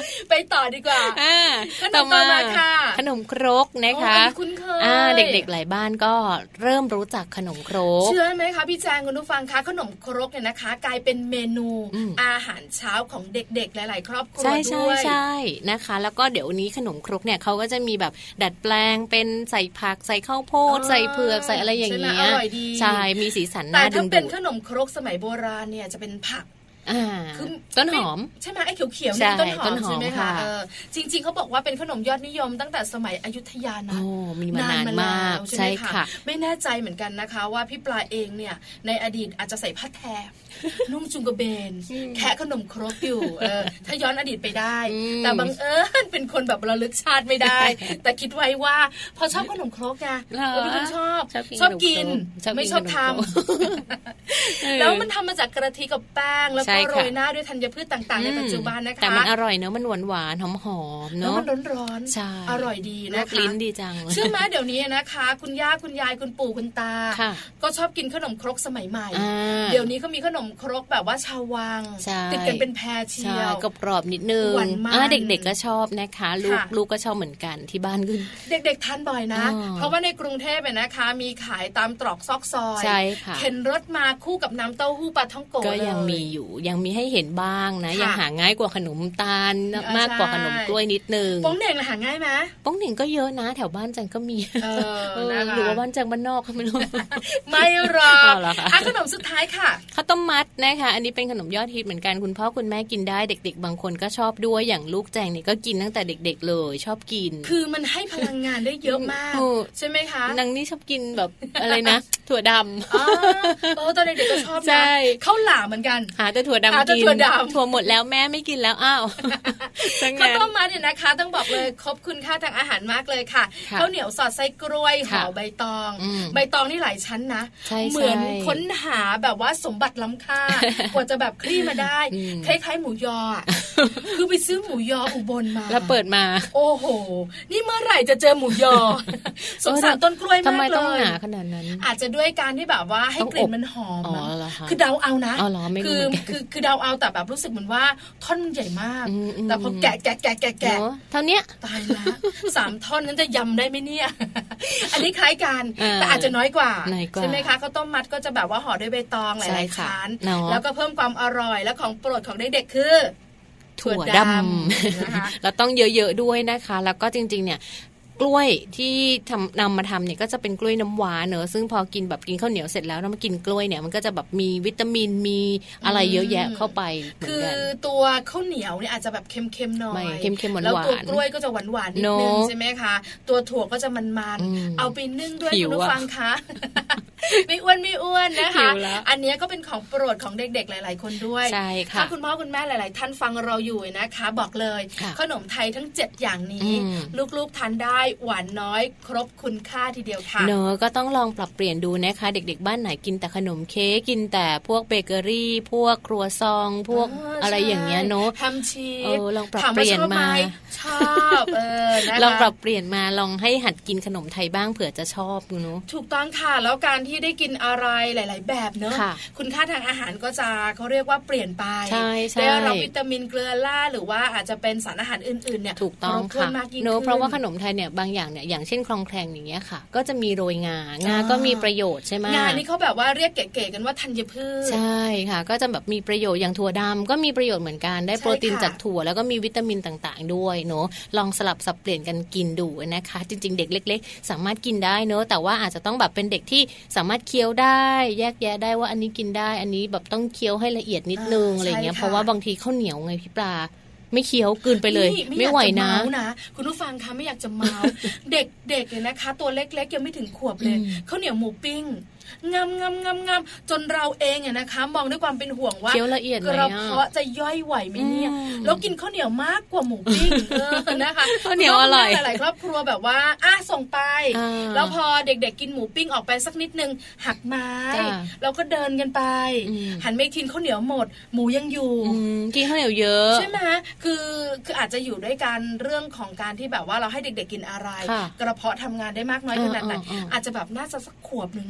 ไปต่อดีกว่าขนมต่อมาค่ะขนมครกนะคะคุ้นเคยเด็กๆหลายบ้านก็เริ่มรู้จักขนมครกเชื่อไหมคะพี่แจงคุณผู้ฟังคะขนมครกเนี่ยนะคะกลายเป็นเมนูอาหารเช้าของเด็กๆหลายๆครอบครัวด้วยใช่ใช่นะคะแล้วก็เดี๋ยวนี้ขนมครกเนี่ยเขาก็จะมีแบบดัดแปลงเป็นใส่ผักใส่ข้าวโพดใส่เผือกใส่อะไรอย่างเงี้ยใช่มีสีสันน่าดึงดูดแต่ถ้าเป็นขนมครกสมัยโบราณเนี่ยจะเป็นผักคือต้นหอมใช่ไหมไอ้เขียวๆนี่ต้นหอมใช่ไหมคะจริงๆเขาบอกว่าเป็นขนมยอดนิยมตั้งแต่สมัยอยุธยานะมีมานานมากใช่ค่ะไม่แน่ใจเหมือนกันนะคะว่าพี่ปลาเองเนี่ยในอดีตอาจจะใส่ผ้าแทบนุ่งจุงกระเบนแคะขนมครกอยู่ถ้าย้อนอดีตไปได้แต่บังเอิญเป็นคนแบบระลึกชาติไม่ได้แต่คิดไว้ว่าพอชอบขนมครกไงเป็นคนชอบชอบกินไม่ชอบทำแล้วมันทำมาจากกระทิกับแป้งแล้วก็โรยหน้าด้วยธัญพืชต่างๆในปัจจุบันนะคะแต่มันอร่อยเนอะมันหวานหวานหอมหอมเนอะมันร้อนๆอร่อยดีนะคะลิ้นดีจังเชื่อไหมเดี๋ยวนี้นะคะคุณย่าคุณยายคุณปู่คุณตาก็ชอบกินขนมครกสมัยใหม่เดี๋ยวนี้ก็มีขนมครกแบบว่าชาววังติดกันเป็นแพรเชียวกรอบนิดนึงเด็กๆก็ชอบนะคะลูกลูกก็ชอบเหมือนกันที่บ้านขึ้นเด็กๆทานบ่อยนะเพราะว่าในกรุงเทพเนี่ยนะคะมีขายตามตรอกซอกซอยเข็นรถมาคู่กับน้ำเต้าหู้ปลาท่องโกะก็ยังมีอยู่ยังมีให้เห็นบ้างนะยังหาง่ายกว่าขนมตาลมากกว่าขนมกล้วยนิดนึงป้องเหน่งหาง่ายไหมป้องเหน่งก็เยอะนะแถวบ้านจังก็มีหรือว่าบ้านจังบ้านนอกก็ไม่รู้ไม่หรอกอ่ะขนมสุดท้ายค่ะข้าวต้มมัดนะคะอันนี้เป็นขนมยอดฮิตเหมือนกันคุณพ่อคุณแม่กินได้เด็กๆบางคนก็ชอบด้วยอย่างลูกแจงนี่ก็กินตั้งแต่เด็กๆเลยชอบกินคือมันให้พลังงานได้เยอะมากใช่ไหมคะนางนี่ชอบกินแบบอะไรนะถั่วดำอ๋อตอนเด็กๆก็ชอบนะข้าวหลามเหมือนกันหาแต่ถั่วดำกินถั่วหมดแล้วแม่ไม่กินแล้วอ้าวข้าวต้มมัดเนี่ยนะคะต้องบอกเลยครบคุณค่าทางอาหารมากเลยค่ะข้าวเหนียวสอดไส้กล้วยห่อใบตองใบตองนี่หลายชั้นนะเหมือนค้นหาแบบว่าสมบัติล้ำค่ากว่าจะแบบคลี่มาได้คล้ายๆหมูยอคือไปซื้อหมูยออุบลมาแล้วเปิดมาโอ้โหนี่เมื่อไหร่จะเจอหมูยอสงสารต้นกล้วยมากเลยทำไมต้องหนาขนาดนั้นอาจจะด้วยการที่แบบว่าให้กลิ่นมันหอมคือเดาเอานะคือคือคือเดาเอาแต่แบบรู้สึกเหมือนว่าท่อนมันใหญ่มากแต่พอแกะแกะแกะแกะแกะเท่านี้ตายแล้วสามท่อนนั้นจะยำได้ไหมเนี่ยอันนี้คล้ายกันแต่อาจจะน้อยกว่าใช่ไหมคะข้าวต้มมัดก็จะแบบว่าห่อด้วยใบตองหลายๆชั้นแล้วก็เพิ่มความอร่อยและของโปรดของเด็กๆคือถั่วดำแล้วต้องเยอะๆด้วยนะคะแล้วก็จริงๆเนี่ยกล้วยที่ทำนำมาทำเนี่ยก็จะเป็นกล้วยน้ำว้าเนอะซึ่งพอกินแบบกินข้าวเหนียวเสร็จแล้วแล้วมากินกล้วยเนี่ยมันก็จะแบบมีวิตามินมีอะไรเยอะแยะเข้าไปคือตัวข้าวเหนียวเนี่ยอาจจะแบบเค็มๆหน่อยเค็มๆหวานๆแล้วตัวกล้วยก็จะหวานๆนิดนึงใช่ไหมคะตัวถั่วก็จะมันๆเอาไปนึ่งด้วยคุณผู้ฟังคะไม่อ้วนไม่อ้วนนะคะอันนี้ก็เป็นของโปรดของเด็กๆหลายๆคนด้วยใช่ค่ะถ้าคุณพ่อคุณแม่หลายๆท่านฟังเราอยู่นะคะบอกเลยขนมไทยทั้งเจ็ดอย่างนี้ลูกๆทานได้หวานน้อยครบคุณค่าทีเดียวค่ะเนอะก็ต้องลองปรับเปลี่ยนดูนะคะเด็กๆบ้านไหนกินแต่ขนมเค้กกินแต่พวกเบเกอรี่พวกครัวซองพวกอะไรอย่างเงี้ยเนอะทำชีสเออลองปรับเปลี่ยนมาชอบเออนะคะลองปรับเปลี่ยนมาลองให้หัดกินขนมไทยบ้างเผื่อจะชอบเนอะถูกต้องค่ะแล้วการที่ได้กินอะไรหลายๆแบบเนอะคุณค่าทางอาหารก็จะเขาเรียกว่าเปลี่ยนไปได้รับวิตามินเกลือแร่หรือว่าอาจจะเป็นสารอาหารอื่นๆเนี่ยถูกต้องค่ะเนอะเพราะว่าขนมไทยเนี่ยบางอย่างเนี่ยอย่างเช่นคลองแคลงอย่างเงี้ยค่ะก็จะมีโรยงางาก็มีประโยชน์ใช่ไหมงานี่เขาแบบว่าเรียกเก๋ๆกันว่าธัญพืชใช่ค่ะก็จะแบบมีประโยชน์อย่างถั่วดำก็มีประโยชน์เหมือนกันได้โปรตีนจากถั่วแล้วก็มีวิตามินต่างๆด้วยเนอะลองสลับสับเปลี่ยนกันกินดูนะคะจริงๆเด็กเล็กๆสามารถกินได้เนอะแต่ว่าอาจจะต้องแบบเป็นเด็กที่สามารถเคี้ยวได้แยกแยะได้ว่าอันนี้กินได้อันนี้แบบต้องเคี้ยวให้ละเอียดนิดนึงอะไรเงี้ยเพราะว่าบางทีข้าวเหนียวไงพี่ปลาไม่เคี้ยวกลืนไปเลยไม่ไหวนะคุณผู้ฟังคะไม่อยากจะเมาเด็กๆเนี่ยนะคะตัวเล็กๆยังไม่ถึงขวบเลยข้าวเหนียวหมูปิ้งงำงำงำงำจนเราเองเนี่ยนะคะมองด้วยความเป็นห่วงว่าเคี้ยวละเอียดกระเพาะจะย่อยไหวไหมเนี่ยแล้วกินข้าวเหนียวมากกว่าหมูปิ้งนะคะข้าวเหนียวอร่อยหลายครอบครัวแบบว่าอ่ะส่งไปแล้วพอเด็กๆกินหมูปิ้งออกไปสักนิดนึงหักไม้เราก็เดินกันไปหันไม่กินข้าวเหนียวหมดหมูยังอยู่กินข้าวเหนียวเยอะใช่ไหมคือคืออาจจะอยู่ด้วยการเรื่องของการที่แบบว่าเราให้เด็กๆกินอะไรกระเพาะทำงานได้มากน้อยขนาดไหนอาจจะแบบน่าจะสักขวบนึงเนาะเนาะ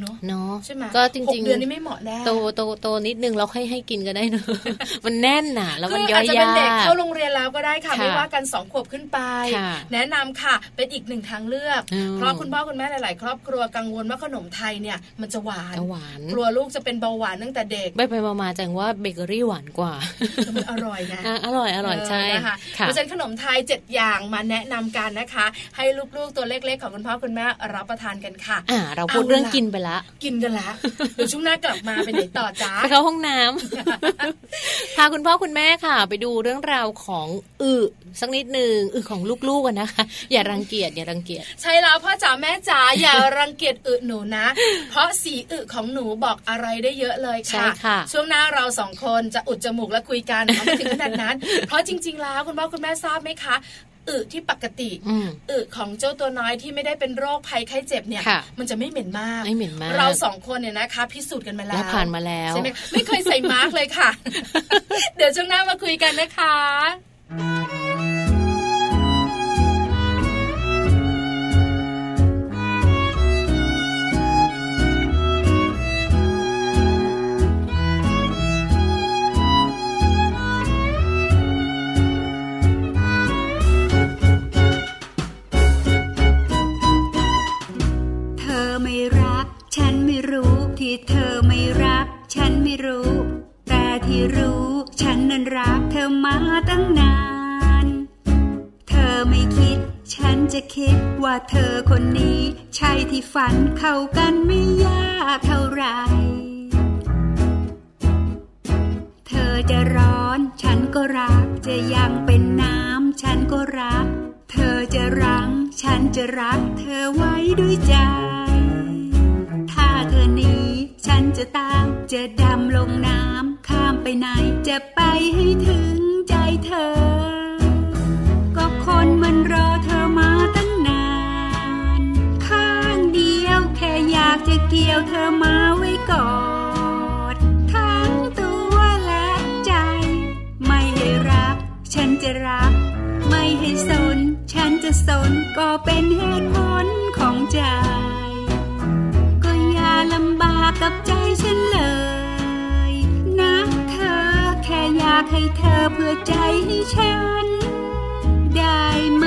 ใช่ไหมก็จริงๆหกเดือนนี้ไม่เหมาะแน่โตโตโตนิดนึงเราให้ให้กินก็ได้เนอะมันแน่นน่ะแล้วมันย่อยยากอาจจะเป็นเด็กเข้าโรงเรียนแล้วก็ได้ค่ะไม่ว่ากันสองขวบขึ้นไปแนะนำค่ะเป็นอีกหนึ่งทางเลือกเพราะคุณพ่อคุณแม่หลายๆครอบครัวกังวลว่าขนมไทยเนี่ยมันจะหวานกลัวลูกจะเป็นเบาหวานตั้งแต่เด็กไปไปมาๆจังว่าเบเกอรี่หวานกว่ามันอร่อยนะอร่อยอร่อยใช่ค่ะเพราะฉะนั้นขนมไทยเจ็ดอย่างมาแนะนำกันนะคะให้ลูกๆตัวเล็กๆของคุณพ่อคุณแม่รับประทานกันค่ะอ่าเราพูดเรื่องกินไปละกินกันละเดี๋ยวช่วงหน้ากลับมาเป็นไหนต่อจ้าไปเข้าห้องน้ำพาคุณพ่อคุณแม่ค่ะไปดูเรื่องราวของอึสักนิดนึงอึของลูกๆกันนะคะอย่ารังเกียจอย่ารังเกียจใช่แล้วพ่อจ๋าแม่จ๋าอย่ารังเกียจอึหนูนะเพราะสีอึของหนูบอกอะไรได้เยอะเลยค่ะช่วงหน้าเราสองคนจะอุดจมูกและคุยกันไม่ถึงขนาดนั้นเพราะจริงๆแล้วคุณพ่อคุณแม่ทราบไหมคะอึที่ปกติอึของเจ้าตัวน้อยที่ไม่ได้เป็นโรคภัยไข้เจ็บเนี่ยมันจะไม่เหม็นมากไม่เหม็นมากเราสองคนเนี่ยนะคะพิสูจน์กันมาแล้วผ่านมาแล้วใช่ไหมไม่เคยใส่มาร์กเลยค่ะ เดี๋ยวช่วงหน้ามาคุยกันนะคะที่เธอไม่รักฉันไม่รู้แต่ที่รู้ฉันนั้นรักเธอมาตั้งนานเธอไม่คิดฉันจะคิดว่าเธอคนนี้ใช่ที่ฝันเข้ากันไม่ยากเท่าไรเธอจะร้อนฉันก็รักจะยังเป็นน้ำฉันก็รักเธอจะรังฉันจะรักเธอไว้ด้วยใจถ้าเธอหนีฉันจะตามจะดำลงน้ำข้ามไปไหนจะไปให้ถึงใจเธอก็คนมันรอเธอมาตั้งนานข้างเดียวแค่อยากจะเกี่ยวเธอมาไว้กอดทั้งตัวและใจไม่ให้รักฉันจะรักไม่ให้สนฉันจะสนก็เป็นเหตุผลของใจลำบากกับใจฉันเลยนะเธอแค่อยากให้เธอเพื่อใจให้ฉันได้ไหม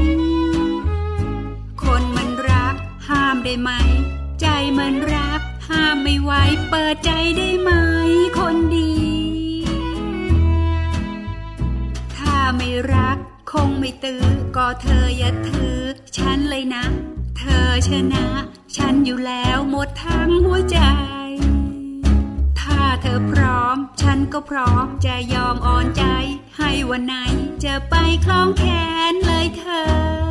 คนมันรักห้ามได้ไหมใจมันรักห้ามไม่ไหวเปิดใจได้ไหมคนดีถ้าไม่รักคงไม่ตื้อก็เธออย่าถือฉันเลยนะเธอชนะฉันอยู่แล้วหมดทั้งหัวใจถ้าเธอพร้อมฉันก็พร้อมจะยอมอ่อนใจให้วันไหนจะไปคล้องแขนเลยเธอ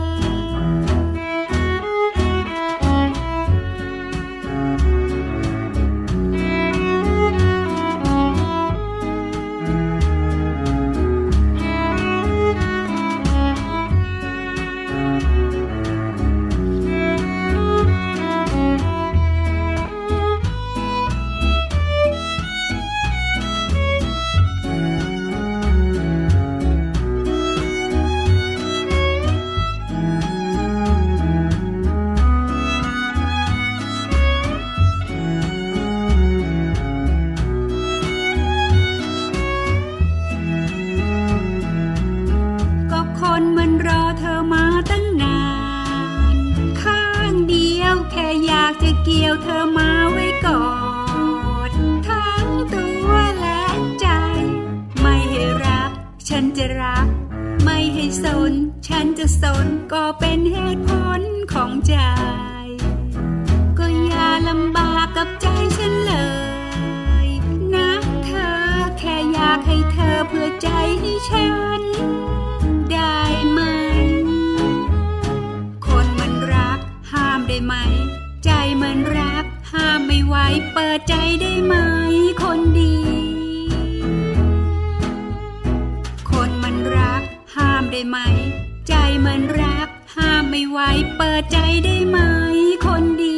เกี่ยวเธอมาไว้กอดทั้งตัวและใจไม่ให้รักฉันจะรักไม่ให้สนฉันจะสนก็เป็นเหตุผลของใจก็อย่าลำบากกับใจฉันเลยนะเธอแค่อยากให้เธอเพื่อใจให้ฉันได้ไหมคนมันรักห้ามได้ไหมใจมันรักห้ามไม่ไหวเปิดใจได้ไหมคนดีคนมันรักห้ามได้ไหมใจมันรักห้ามไม่ไหวเปิดใจได้ไหมคนดี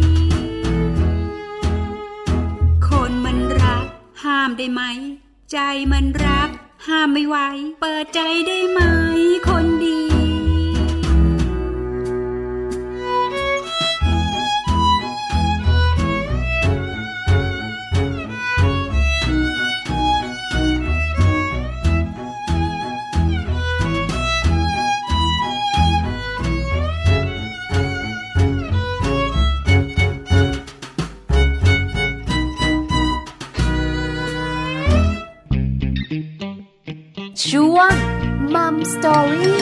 คนมันรักห้ามได้ไหมใจมันรักห้ามไม่ไหวเปิดใจได้ไหมคนดีช่วงมัมสตอรี่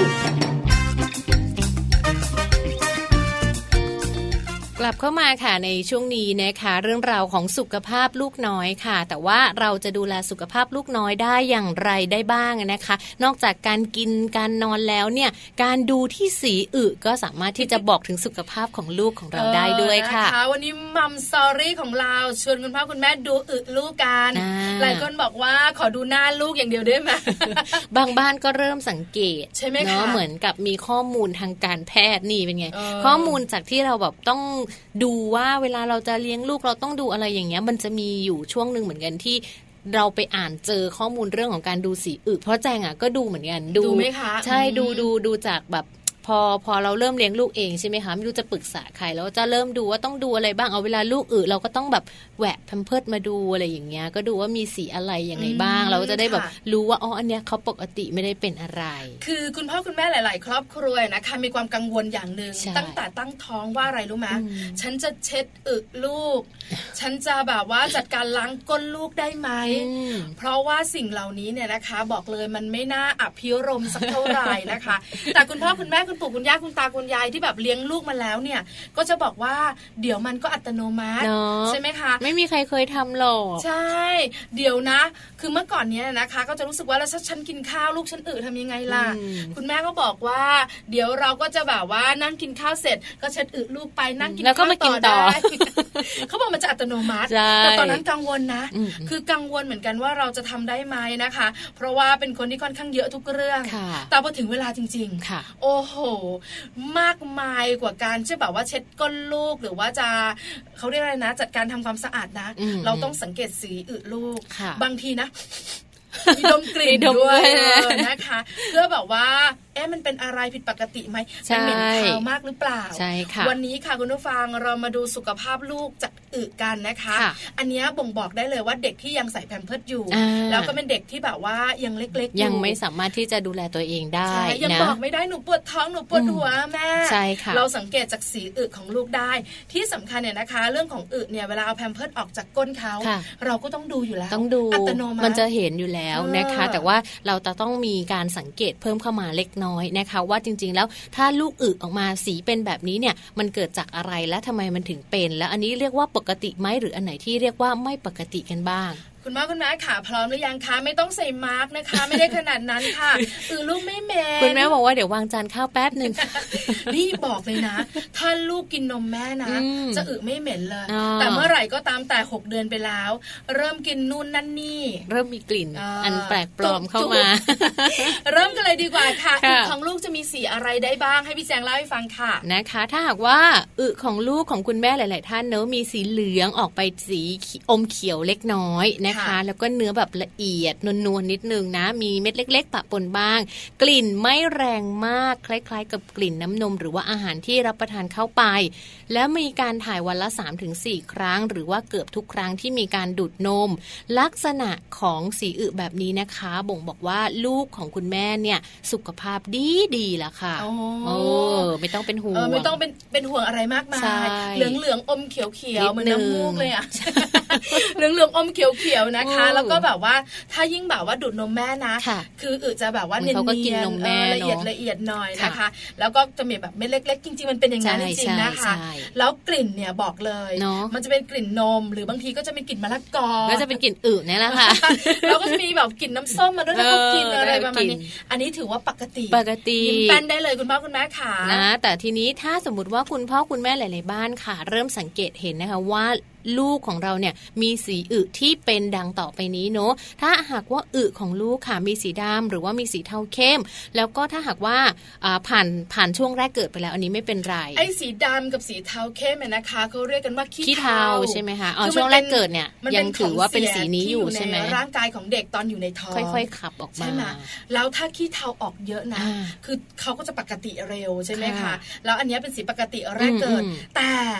กลับเข้ามาค่ะในช่วงนี้นะคะเรื่องราวของสุขภาพลูกน้อยค่ะแต่ว่าเราจะดูแลสุขภาพลูกน้อยได้อย่างไรได้บ้างนะคะนอกจากการกินการนอนแล้วเนี่ยการดูที่สีอึก็สามารถที่จะบอกถึงสุขภาพของลูกของเราได้ด้วยค่ะนะคะวันนี้มัมสตอรี่ของเราชวนคุณพ่อคุณแม่ดูอึลูกกันหลายคนบอกว่าขอดูหน้าลูกอย่างเดียวได้ไหมบางบ้านก็เริ่มสังเกตใช่ไหมคะเนาะเหมือนกับมีข้อมูลทางการแพทย์นี่เป็นไงข้อมูลจากที่เราแบบต้องดูว่าเวลาเราจะเลี้ยงลูกเราต้องดูอะไรอย่างเงี้ยมันจะมีอยู่ช่วงนึงเหมือนกันที่เราไปอ่านเจอข้อมูลเรื่องของการดูสีอึเพราะแจงอ่ะก็ดูเหมือนกันดูไหมคะใช่ดูดูดูจากแบบพอพอเราเริ่มเลี้ยงลูกเองใช่ไหมคะไม่รู้จะปรึกษาใครแล้วจะเริ่มดูว่าต้องดูอะไรบ้างเอาเวลาลูกอึเราก็ต้องแบบแหวะแพมเพิร์สมาดูอะไรอย่างเงี้ยก็ดูว่ามีสีอะไรยังไงบ้างเราจะได้แบบรู้ว่าอ๋ออันเนี้ยเขาปกติไม่ได้เป็นอะไรคือคุณพ่อคุณแม่หลายๆครอบครัวนะคะมีความกังวลอย่างนึงตั้งแต่ตั้งท้องว่าอะไรรู้ไหมฉันจะเช็ดอึลูกฉันจะแบบว่าจัดการล้างก้นลูกได้ไหมเพราะว่าสิ่งเหล่านี้เนี่ยนะคะบอกเลยมันไม่น่าอภิรมย์สักเท่าไหร่นะคะแต่คุณพ่อคุณแม่คุณปู่คุณย่าคุณตาคุณยายที่แบบเลี้ยงลูกมาแล้วเนี่ยก็จะบอกว่าเดี๋ยวมันก็อัตโนมัติใช่ไหมคะไม่มีใครเคยทำหรอกใช่เดี๋ยวนะคือเมื่อก่อนเนี้ยนะคะก็จะรู้สึกว่าแล้วฉันกินข้าวลูกฉันอึทำยังไงล่ะคุณแม่ก็บอกว่าเดี๋ยวเราก็จะแบบว่านั่งกินข้าวเสร็จก็เช็ดอึลูกไปนั่งกินข้าวต่อได้เขาบอกมันจะอัตโนมัติแต่ตอนนั้นกังวลนะคือกังวลเหมือนกันว่าเราจะทำได้ไหมนะคะเพราะว่าเป็นคนที่ค่อนข้างเยอะทุกเรื่องแต่พอถึงเวลาจริงๆโอ้โหมากมายกว่าการที่แบบว่าเช็ดก้นลูกหรือว่าจะเขาเรียกอะไรนะจัดการทำความสะอาดนะเราต้องสังเกตสีอึลูกบางทีนะมีดมกลิ่นด้วยนะคะเพื่อแบบว่าเอ๊ะมันเป็นอะไรผิดปกติไหมมันเหม็นคาวมากหรือเปล่าวันนี้ค่ะคุณผู้ฟังเรามาดูสุขภาพลูกจากอึกันนะคะอันนี้บ่งบอกได้เลยว่าเด็กที่ยังใส่แพมเพิร์สอยู่แล้วก็เป็นเด็กที่แบบว่ายังเล็กๆยังไม่สามารถที่จะดูแลตัวเองได้นะยังบอกไม่ได้หนูปวดท้องหนูปวดหัวแม่เราสังเกตจากสีอึของลูกได้ที่สำคัญเนี่ยนะคะเรื่องของอึเนี่ยเวลาเอาแพมเพิร์สออกจากก้นเขาเราก็ต้องดูอยู่แล้วต้องดูมันจะเห็นอยู่แล้วนะคะแต่ว่าเราจะต้องมีการสังเกตเพิ่มเข้ามาเล็กน้อยนะคะว่าจริงๆแล้วถ้าลูกอึออกมาสีเป็นแบบนี้เนี่ยมันเกิดจากอะไรและทำไมมันถึงเป็นแล้วอันนี้เรียกว่าปกติไหมหรืออันไหนที่เรียกว่าไม่ปกติกันบ้างคุณพ่อคุณแม่ค่ะพร้อมหรือยังคะไม่ต้องใส่มาร์กนะคะไม่ได้ขนาดนั้นค่ะอือลูกไม่แม่คุณแม่บอกว่าเดี๋ยววางจานข้าวแป๊บนึงนี่บอกเลยนะถ้าลูกกินนมแม่นะจะอึไม่เหม็นเลยแต่เมื่อไหร่ก็ตามแต่หกเดือนไปแล้วเริ่มกินนู่นนั่นนี่เริ่มมีกลิ่นอันแปลกปลอมเข้ามาเริ่มกันเลยดีกว่าค่ะอึของลูกจะมีสีอะไรได้บ้างให้พี่แจงเล่าให้ฟังค่ะนะคะถ้าหากว่าอึของลูกของคุณแม่หลายๆท่านเนอะมีสีเหลืองออกไปสีอมเขียวเล็กน้อยนะคะแล้วก็เนื้อแบบละเอียดนวลๆนิดนึงนะมีเม็ดเล็กๆปะปนบ้างกลิ่นไม่แรงมากคล้ายๆกับกลิ่นน้ำนมหรือว่าอาหารที่รับประทานเข้าไปแล้วมีการถ่ายวันละ สามถึงสี่ ครั้งหรือว่าเกือบทุกครั้งที่มีการดูดนมลักษณะของสีอึแบบนี้นะคะบ่งบอกว่าลูกของคุณแม่เนี่ยสุขภาพดีดีละค่ะโอ้ไม่ต้องเป็นห่วงไม่ต้องเป็นเป็นห่วงอะไรมากมายเหลืองๆอมเขียวๆเหมือนน้ำมูกเลยอ่ะเหลืองๆอมเขียวๆนะคะแล้วก็แบบว่าถ้ายิ่งแบบว่าดูดนมแม่นะคืออึจะแบบว่าเนียนๆละเอียดละเอียดหน่อยนะคะแล้วก็จะมีแบบเม็ดเล็กๆจริงๆมันเป็นอย่างนั้นจริงๆนะคะแล้วกลิ่นเนี่ยบอกเลยมันจะเป็นกลิ่นนมหรือบางทีก็จะเป็นกลิ่นมะละกอก็จะเป็นกลิ่นอึนี่แหละค่ะแล้วก็จะมีแบบกลิ่นน้ำส้มมาด้วยแล้วก็กินอะไรประมาณนี้อันนี้ถือว่าปกติปกติยิ้มแป้นได้เลยคุณพ่อคุณแม่ค่ะนะแต่ทีนี้ถ้าสมมติว่าคุณพ่อคุณแม่หลายๆบ้านค่ะเริ่มสังเกตเห็นนะคะว่าลูกของเราเนี่ยมีสีอึที่เป็นดังต่อไปนี้เนาะถ้าหากว่าอึของลูกค่ะมีสีดำหรือว่ามีสีเทาเข้มแล้วก็ถ้าหากว่าผ่านผ่านช่วงแรกเกิดไปแล้วอันนี้ไม่เป็นไรไอ้สีดำกับสีเทาเข้มเนี่ยนะคะเขาเรียกกันว่าขี้เทาใช่ไหมคะอ๋อช่วงแรกเกิดเนี่ยยังถือว่าเป็นสีนี้อยู่ใช่ไหมร่างกายของเด็กตอนอยู่ในท้องค่อยๆขับออกมาใช่ไหมแล้วถ้าขี้เทาออกเยอะนะคือเขาก็จะปกติเร็วใช่ไหมคะแล้วอันนี้เป็นสีปกติแรกเกิดแต่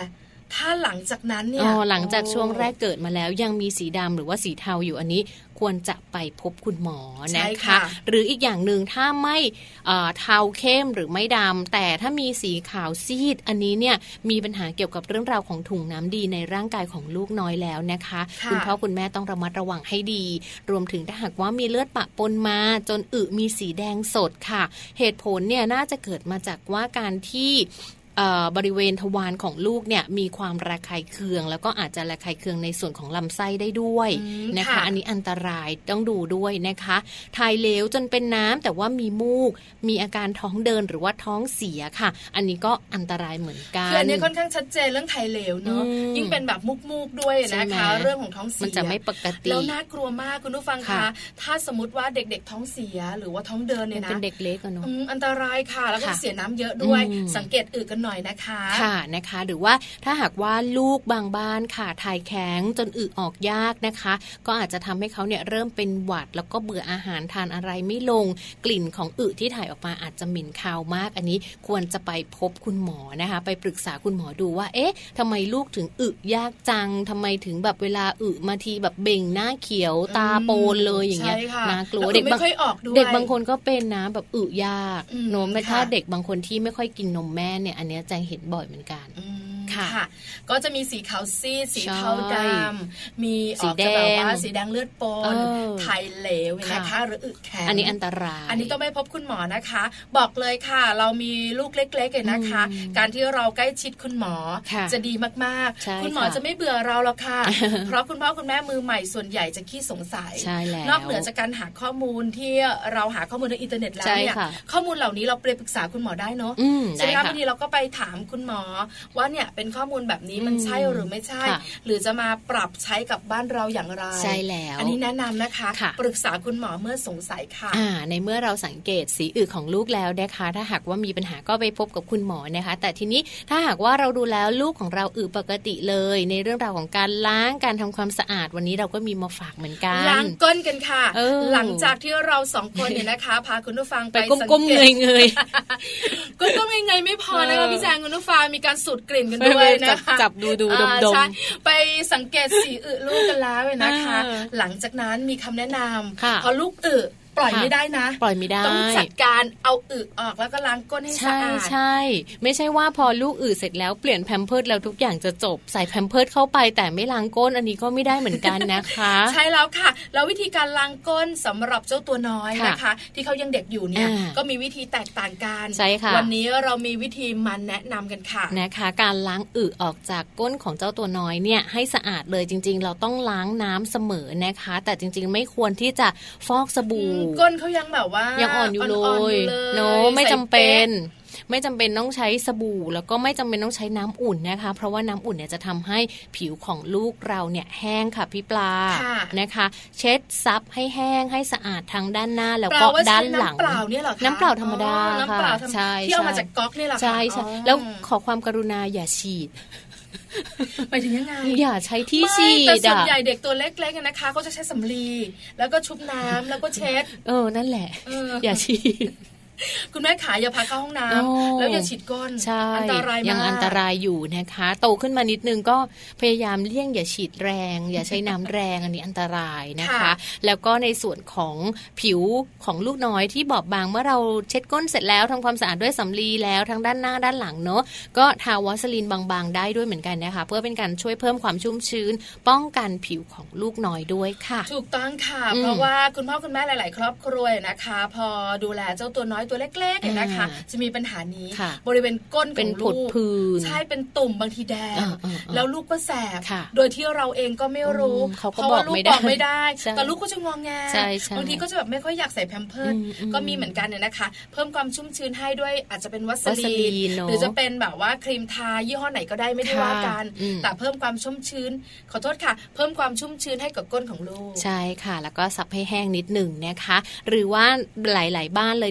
ถ้าหลังจากนั้นเนี่ยอ๋อหลังจากช่วงแรกเกิดมาแล้วยังมีสีดำหรือว่าสีเทาอยู่อันนี้ควรจะไปพบคุณหมอนะคะหรืออีกอย่างหนึ่งถ้าไม่เทาเข้มหรือไม่ดำแต่ถ้ามีสีขาวซีดอันนี้เนี่ยมีปัญหาเกี่ยวกับเรื่องราวของถุงน้ำดีในร่างกายของลูกน้อยแล้วนะคะคุณพ่อคุณแม่ต้องระมัดระวังให้ดีรวมถึงถ้าหากว่ามีเลือดปะปนมาจนอึมีสีแดงสดค่ะเหตุผลเนี่ยน่าจะเกิดมาจากว่าการที่บริเวณทวารของลูกเนี่ยมีความระคายเคืองแล้วก็อาจจะระคายเคืองในส่วนของลำไส้ได้ด้วยนะคะอันนี้อันตรายต้องดูด้วยนะคะถ่ายเหลวจนเป็นน้ำแต่ว่ามีมูกมีอาการท้องเดินหรือว่าท้องเสียค่ะอันนี้ก็อันตรายเหมือนกันคืออันนี้ค่อนข้างชัดเจนเรื่องถ่ายเหลวเนาะยิ่งเป็นแบบมุกๆด้วยนะคะเรื่องของท้องเสียมันจะไม่ปกติแล้วน่ากลัวมากคุณผู้ฟังคะถ้าสมมติว่าเด็กๆท้องเสียหรือว่าท้องเดินเนี่ยนะเป็นเด็กเล็กเนาะอันตรายค่ะแล้วก็เสียน้ำเยอะด้วยสังเกตอึกันหน่อยนะคะค่ะนะคะหรือว่าถ้าหากว่าลูกบางบ้านค่ะถ่ายแข็งจนอึออกยากนะคะก็อาจจะทำให้เขาเนี่ยเริ่มเป็นหวัดแล้วก็เบื่ออาหารทานอะไรไม่ลงกลิ่นของอึที่ถ่ายออกมาอาจจะเหม็นคาวมากอันนี้ควรจะไปพบคุณหมอนะคะไปปรึกษาคุณหมอดูว่าเอ๊ะทำไมลูกถึงอึยากจังทำไมถึงแบบเวลาอึมาทีแบบเบ่งหน้าเขียวตาโปนเลยอย่างเงี้ยน่ากลัวเด็กบางเด็กบางคนก็เป็นนะแบบอึยากโน้มแต่ถ้าเด็กบางคนที่ไม่ค่อยกินนมแม่เนี่ยอันนี้จะเห็นบ่อยเหมือนกันค่ะก็จะมีสีขาวซีดสีเทาดำมีออกจะแบบว่าสีแดงเลือดปนถ่ายเหลวนะคะหรืออึแข็งอันนี้อันตรายอันนี้ต้องไปพบคุณหมอนะคะบอกเลยค่ะเรามีลูกเล็กๆเลยนะคะการที่เราใกล้ชิดคุณหมอจะดีมากๆคุณหมอจะไม่เบื่อเราหรอกค่ะเพราะคุณพ่อคุณแม่มือใหม่ส่วนใหญ่จะขี้สงสัยนอกเหนือจากการหาข้อมูลที่เราหาข้อมูลในอินเทอร์เน็ตแล้วเนี่ยข้อมูลเหล่านี้เราไปปรึกษาคุณหมอได้เนาะใช่ไหมคะบางทีเราก็ไปถามคุณหมอว่าเนี่ยเป็นข้อมูลแบบนี้มันใช่หรือไม่ใช่หรือจะมาปรับใช้กับบ้านเราอย่างไรใช่แล้วอันนี้แนะนำนะคะปรึกษาคุณหมอเมื่อสงสัยค่ะอ่าในเมื่อเราสังเกตสีอึของลูกแล้วนะคะถ้าหากว่ามีปัญหาก็ไปพบกับคุณหมอนะคะแต่ทีนี้ถ้าหากว่าเราดูแล้วลูกของเราอึปกติเลยในเรื่องราวของการล้างการทำความสะอาดวันนี้เราก็มีมาฝากเหมือนกันล้างก้นกันค่ะหลังจากที่เราสองคนเนี่ยนะคะพาคุณผู้ฟังไปก้มๆเงยๆก้มๆเงยๆไม่พอนะคะพี่แจงคุณผู้ฟังมีการสูดกลิ่นกันด้วยนะคะจับดูดูดมดมไปสังเกตสีอึลูกกันแล้วเลยนะคะหลังจากนั้นมีคำแนะนำพอลูกอึปล่อยไม่ได้นะปล่อยไม่ได้ต้องจัดการเอาอึออกแล้วก็ล้างก้นให้สะอาดใช่ๆไม่ใช่ว่าพอลูกอึเสร็จแล้วเปลี่ยนแพมเพิร์สแล้วทุกอย่างจะจบใส่แพมเพิร์สเข้าไปแต่ไม่ล้างก้นอันนี้ก็ไม่ได้เหมือนกันนะคะใช่แล้วค่ะแล้ววิธีการล้างก้นสำหรับเจ้าตัวน้อยนะคะที่เขายังเด็กอยู่เนี่ยก็มีวิธีแตกต่างกันใช่ค่ะวันนี้เรามีวิธีมาแนะนำกันค่ะนะคะการล้างอึออกจากก้นของเจ้าตัวน้อยเนี่ยให้สะอาดเลยจริงๆเราต้องล้างน้ำเสมอนะคะแต่จริงๆไม่ควรที่จะฟอกสบู่ก้นเขายังแบบว่ายังอ่อนอยู่เลยเนาะไม่จำเป็นไม่จำเป็นต้องใช้สบู่แล้วก็ไม่จำเป็นต้องใช้น้ำอุ่นนะคะเพราะว่าน้ำอุ่นเนี่ยจะทำให้ผิวของลูกเราเนี่ยแห้งค่ะพี่ปลานะคะเช็ดซับให้แห้งให้สะอาดทั้งด้านหน้าแล้วก็ด้านหลังน้ำเปล่าเนี่ยหรอคะน้ำเปล่าธรรมดาค่ะใช่ที่เอามาจากก๊อกนี่แหละค่ะใช่ใช่แล้วขอความกรุณาอย่าฉีดไปถึงยังไงอย่าใช้ที่ฉีดแต่ส่วนใหญ่เด็กตัวเล็กๆนะคะเขาจะใช้สำลีแล้วก็ชุบน้ำแล้วก็เช็ดเออนั่นแหละอย่าฉีดคุณแม่ขาอย่าพาเข้าห้องน้ำแล้วอย่าฉีดก้นอันตรายมากยังอันตรายอยู่นะคะโตขึ้นมานิดนึงก็พยายามเลี่ยงอย่าฉีดแรงอย่าใช้น้ำแรงอันนี้อันตรายนะคะแล้วก็ในส่วนของผิวของลูกน้อยที่บอบบางเมื่อเราเช็ดก้นเสร็จแล้วทำความสะอาดด้วยสำลีแล้วทั้งด้านหน้าด้านหลังเนอะก็ทาวาสลีนบางๆได้ด้วยเหมือนกันนะคะเพื่อเป็นการช่วยเพิ่มความชุ่มชื้นป้องกันผิวของลูกน้อยด้วยค่ะถูกต้องค่ะเพราะว่าคุณพ่อคุณแม่หลายๆครอบครัวนะคะพอดูแลเจ้าตัวน้อยตัวเล็กๆนะคะจะมีปัญหานี้บริเวณก้นของลูกใช่เป็นตุ่มบางทีแดงแล้วลูกก็แสบโดยที่เราเองก็ไม่รู้เพราะว่าลูกบอกไม่ได้แต่ลูกก็จะงอแงบางทีก็จะแบบไม่ค่อยอยากใส่แพมเพิร์สก็มีเหมือนกันเนี่ยนะคะเพิ่มความชุ่มชื้นให้ด้วยอาจจะเป็นวัสลีนหรือจะเป็นแบบว่าครีมทายี่ห้อไหนก็ได้ไม่ได้ว่ากันแต่เพิ่มความชุ่มชื้นขอโทษค่ะเพิ่มความชุ่มชื้นให้กับก้นของลูกใช่ค่ะแล้วก็ซับให้แห้งนิดหนึ่งนะคะหรือว่าหลายๆบ้านเลยเดี๋ยวนี้เขา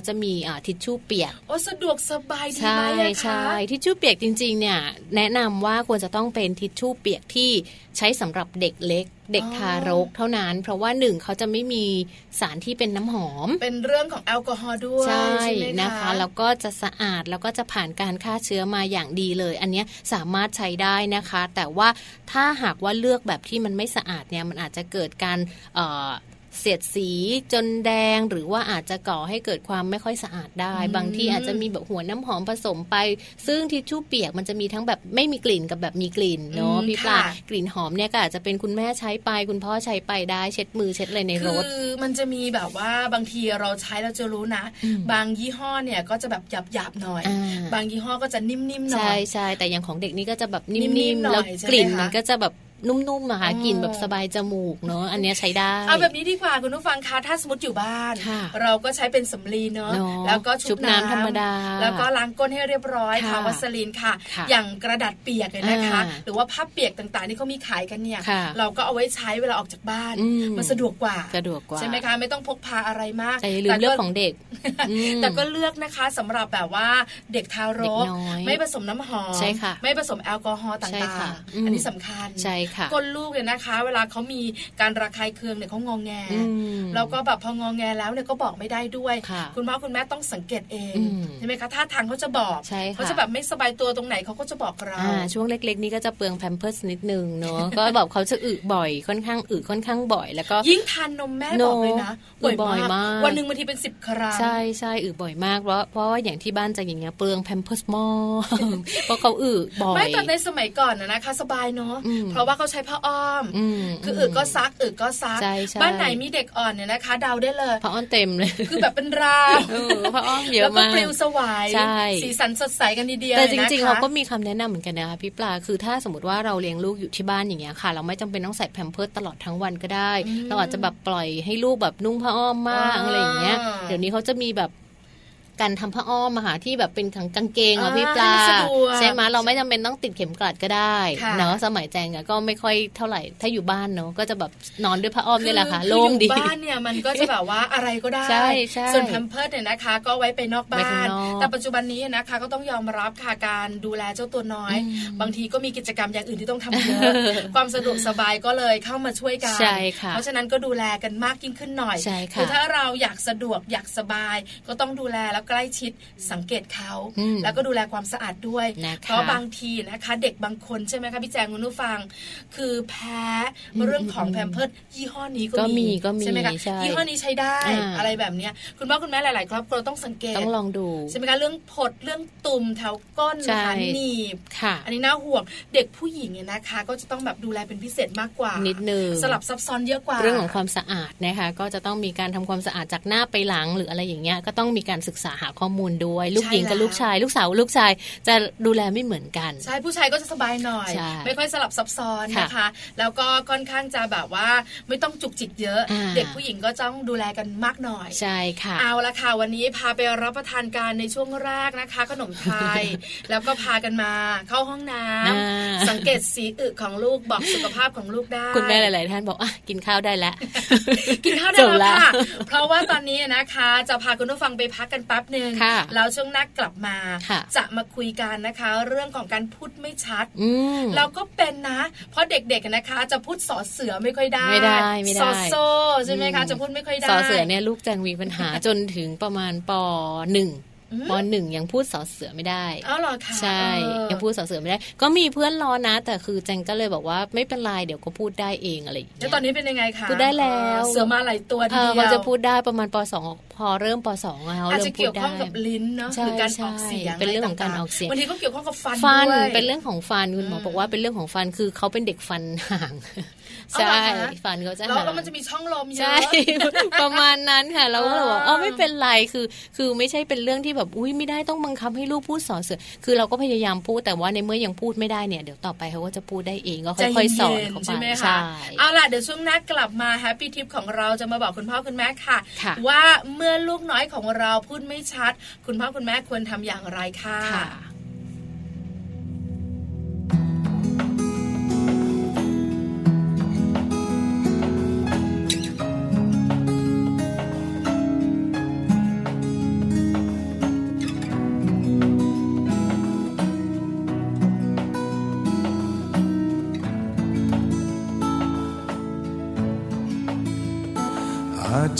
จะมีทิชชู่เปียกโอ้สะดวกสบายดีไหมคะใช่ทิชชู่เปียกจริงๆเนี่ยแนะนำว่าควรจะต้องเป็นทิชชู่เปียกที่ใช้สำหรับเด็กเล็กเด็กทารกเท่านั้นเพราะว่าหนึ่งเขาจะไม่มีสารที่เป็นน้ำหอมเป็นเรื่องของแอลกอฮอล์ด้วยใช่นะคะแล้วก็จะสะอาดแล้วก็จะผ่านการฆ่าเชื้อมาอย่างดีเลยอันนี้สามารถใช้ได้นะคะแต่ว่าถ้าหากว่าเลือกแบบที่มันไม่สะอาดเนี่ยมันอาจจะเกิดการเอ่อเสียดสีจนแดงหรือว่าอาจจะก่อให้เกิดความไม่ค่อยสะอาดได้บางที่อาจจะมีแบบหัวน้ำหอมผสมไปซึ่งทิชชู่เปียกมันจะมีทั้งแบบไม่มีกลิ่นกับแบบมีกลิ่นเนาะพี่ปลากลิ่นหอมเนี่ยก็อาจจะเป็นคุณแม่ใช้ไปคุณพ่อใช้ไปได้เช็ดมือเช็ดอะไรในรถคือมันจะมีแบบว่าบางทีเราใช้เราจะรู้นะบางยี่ห้อเนี่ยก็จะแบบหยาบๆหน่อยบางยี่ห้อก็จะนิ่มๆหน่อยใช่ใช่แต่อย่างของเด็กนี่ก็จะแบบนิ่มๆแล้วกลิ่นมันก็จะแบบนุ่มๆอะค่ะกลิ่นแบบสบายจมูกเนาะอันนี้ใช้ได้เอาแบบนี้ดีกว่าคุณผู้ฟังคะถ้าสมมติอยู่บ้านเราก็ใช้เป็นสำลีเนาะแล้วก็ชุบน้ำธรรมดาแล้วก็ล้างก้นให้เรียบร้อยทาวัสลีนค่ะอย่างกระดาษเปียกเลยนะคะหรือว่าผ้าเปียกต่างๆที่เขามีขายกันเนี่ยเราก็เอาไว้ใช้เวลาออกจากบ้านมันสะดวกกว่าสะดวกกว่าใช่ไหมคะไม่ต้องพกพาอะไรมากแต่ลืมเรื่องของเด็กแต่ก็เลือกนะคะสำหรับแบบว่าเด็กทารกไม่ผสมน้ำหอมไม่ผสมแอลกอฮอล์ต่างๆอันนี้สำคัญใช่ค่ะก้นลูกเนี่ยนะคะเวลาเขามีการระคายเคืองเนี่ยเขางอแงแล้วก็แบบพองอแงแล้วเนี่ยก็บอกไม่ได้ด้วยคุณพ่อคุณแม่ต้องสังเกตเองใช่ไหมคะท่าทางเขาจะบอกเขาจะแบบไม่สบายตัวตรงไหนเขาก็จะบอกเราช่วงเล็กๆนี่ก็จะเปลืองแพมเพิร์สนิดนึงเนาะก็แบบเขาจะอึบ่อยค่อนข้างอึค่อนข้างบ่อยแล้วก็ยิ่งทานนมแม่บอกเลยนะบ่อยมากวันนึงบางทีเป็นสิบครั้งใช่ใช่อึบ่อยมากเพราะเพราะว่าอย่างที่บ้านจะอย่างเงี้ยเปลืองแพมเพิร์สมากเพราะเขาอึบ่อยไม่แต่ในสมัยก่อนนะคะสบายเนาะเพราะว่าเขาใช้ผ้าอ้อมคืออึก็ซักอึก็ซักบ้านไหนมีเด็กอ่อนเนี่ยนะคะเดาได้เลยผ้าอ้อมเต็มเลยคือแบบเป็นราวผ้าอ้อมเยอะมากแล้วก็ปลิวสวายสีสันสดใสกันดีเดียวแต่จริงๆเราก็มีคำแนะนำเหมือนกันนะคะพี่ปลาคือถ้าสมมติว่าเราเลี้ยงลูกอยู่ที่บ้านอย่างเงี้ยค่ะเราไม่จำเป็นต้องใส่แพมเพิร์สตลอดทั้งวันก็ได้เราอาจจะแบบปล่อยให้ลูกแบบนุ่งผ้าอ้อมมากอะไรอย่างเงี้ยเดี๋ยวนี้เขาจะมีแบบการทำผ้าอ้อมมาหาที่แบบเป็นกางเกงอ่ะพี่ปลาใช่ไหมเราไม่จำเป็นต้องติดเข็มกลัดก็ได้เนาะสมัยแจงก็ไม่ค่อยเท่าไหร่ถ้าอยู่บ้านเนาะก็จะแบบนอนด้วยผ้าอ้อมนี่แหละค่ะโล่งดีบ้านเนี่ยมันก็จะแบบว่าอะไรก็ได้ส่วนแพมเพิร์สเนี่ยนะคะก็ไว้ไปนอกบ้านแต่ปัจจุบันนี้นะคะก็ต้องยอมรับค่ะการดูแลเจ้าตัวน้อยบางทีก็มีกิจกรรมอย่างอื่นที่ต้องทำเยอะความสะดวกสบายก็เลยเข้ามาช่วยกันเพราะฉะนั้นก็ดูแลกันมากยิ่งขึ้นหน่อยคือถ้าเราอยากสะดวกอยากสบายก็ต้องดูแลแล้วใกล้ชิดสังเกตเขาแล้วก็ดูแลความสะอาดด้วยเพราะบางทีนะคะเด็กบางคนใช่ไหมคะพี่แจงคุณผู้ฟังคือแพ้เรื่องของแพมเพิร์สยี่ห้อนี้ก็มีใช่ไหมคะยี่ห้อนี้ใช้ได้อะไรแบบนี้คุณพ่อคุณแม่หลายๆครอบครัวต้องสังเกตต้องลองดูใช่ไหมคะเรื่องผดเรื่องตุ่มแถวก้นขาหนีบอันนี้น่าห่วงเด็กผู้หญิงเนี่ยนะคะก็จะต้องแบบดูแลเป็นพิเศษมากกว่านิดนึงสลับซับซ้อนเยอะกว่าเรื่องของความสะอาดนะคะก็จะต้องมีการทำความสะอาดจากหน้าไปหลังหรืออะไรอย่างเงี้ยก็ต้องมีการศึกษาหาข้อมูลด้วยลูกหญิงกับลูกชายลูกสาวลูกชายจะดูแลไม่เหมือนกันใช่ผู้ชายก็จะสบายหน่อยไม่ค่อยสลับซับซ้อนนะคะแล้วก็ค่อนข้างจะแบบว่าไม่ต้องจุกจิกเยอะเด็กผู้หญิงก็ต้องดูแลกันมากหน่อยใช่ค่ะเอาละค่ะวันนี้พาไปรับประทานกันในช่วงแรกนะคะขนมไทยแล้วก็พากันมาเข้าห้องน้ำสังเกตสีอึของลูกบอกสุขภาพของลูกได้คุณแม่หลายๆท่านบอกอ่ะกินข้าวได้แล้วกินข้าวได้แล้วค่ะเพราะว่าตอนนี้นะคะจะพาคุณผู้ฟังไปพักกันแป๊บนึงแล้วช่วงหน้ากลับมาจะมาคุยกันนะคะเรื่องของการพูดไม่ชัดเราก็เป็นนะเพราะเด็กๆนะคะจะพูดสอเสือไม่ค่อยได้ไม่ได้ไม่ได้สอโซใช่ไหมคะจะพูดไม่ค่อยได้สอเสือเนี่ยลูกแจงมีปัญหาจนถึงประมาณป.หนึ่งป.หนึ่งยังพูดสอเสือไม่ได้อ้าวเหรอคะใช่ยังพูดสอเสือไม่ได้ก็มีเพื่อนรอนะแต่คือแจงก็เลยบอกว่าไม่เป็นไรเดี๋ยวก็พูดได้เองอะไรอย่างเงี้ยแล้วตอนนี้เป็นยังไงคะพูดได้แล้วเสือมาหลายตัวทีเดียวเขาจะพูดได้ประมาณป.สองพอเริ่มป.สองอะเขาเริ่มพูดได้อาจจะเกี่ยวข้องกับลิ้นเนาะหรือการออกเสียงเป็นเรื่องของการออกเสียงบางทีก็เกี่ยวข้องกับฟันด้วยเป็นเรื่องของฟันคุณหมอบอกว่าเป็นเรื่องของฟันคือเขาเป็นเด็กฟันห่างใช่ฟันเขาจะห่างแล้วมันจะมีช่องลมเยอะใช่ประมาณนั้นค่ะเราก็เลยบอกอ๋อไม่เป็นไรคือคือไม่ใช่เป็นเรื่องที่แบบอุ้ยไม่ได้ต้องบังคับให้ลูกพูดสอนเสือคือเราก็พยายามพูดแต่ว่าในเมื่อยังพูดไม่ได้เนี่ยเดี๋ยวต่อไปเขาก็จะพูดได้เองก็ค่อยๆสอนเขาไปใช่เอาล่ะเดี๋ยวช่วงหน้ากลับมาแฮปปี้ทิปของเราจะมาบอกคุณพ่อคุณแม่ค่ะว่าเมื่อลูกน้อยของเราพูดไม่ชัดคุณพ่อคุณแม่ควรทำอย่างไรค่ะ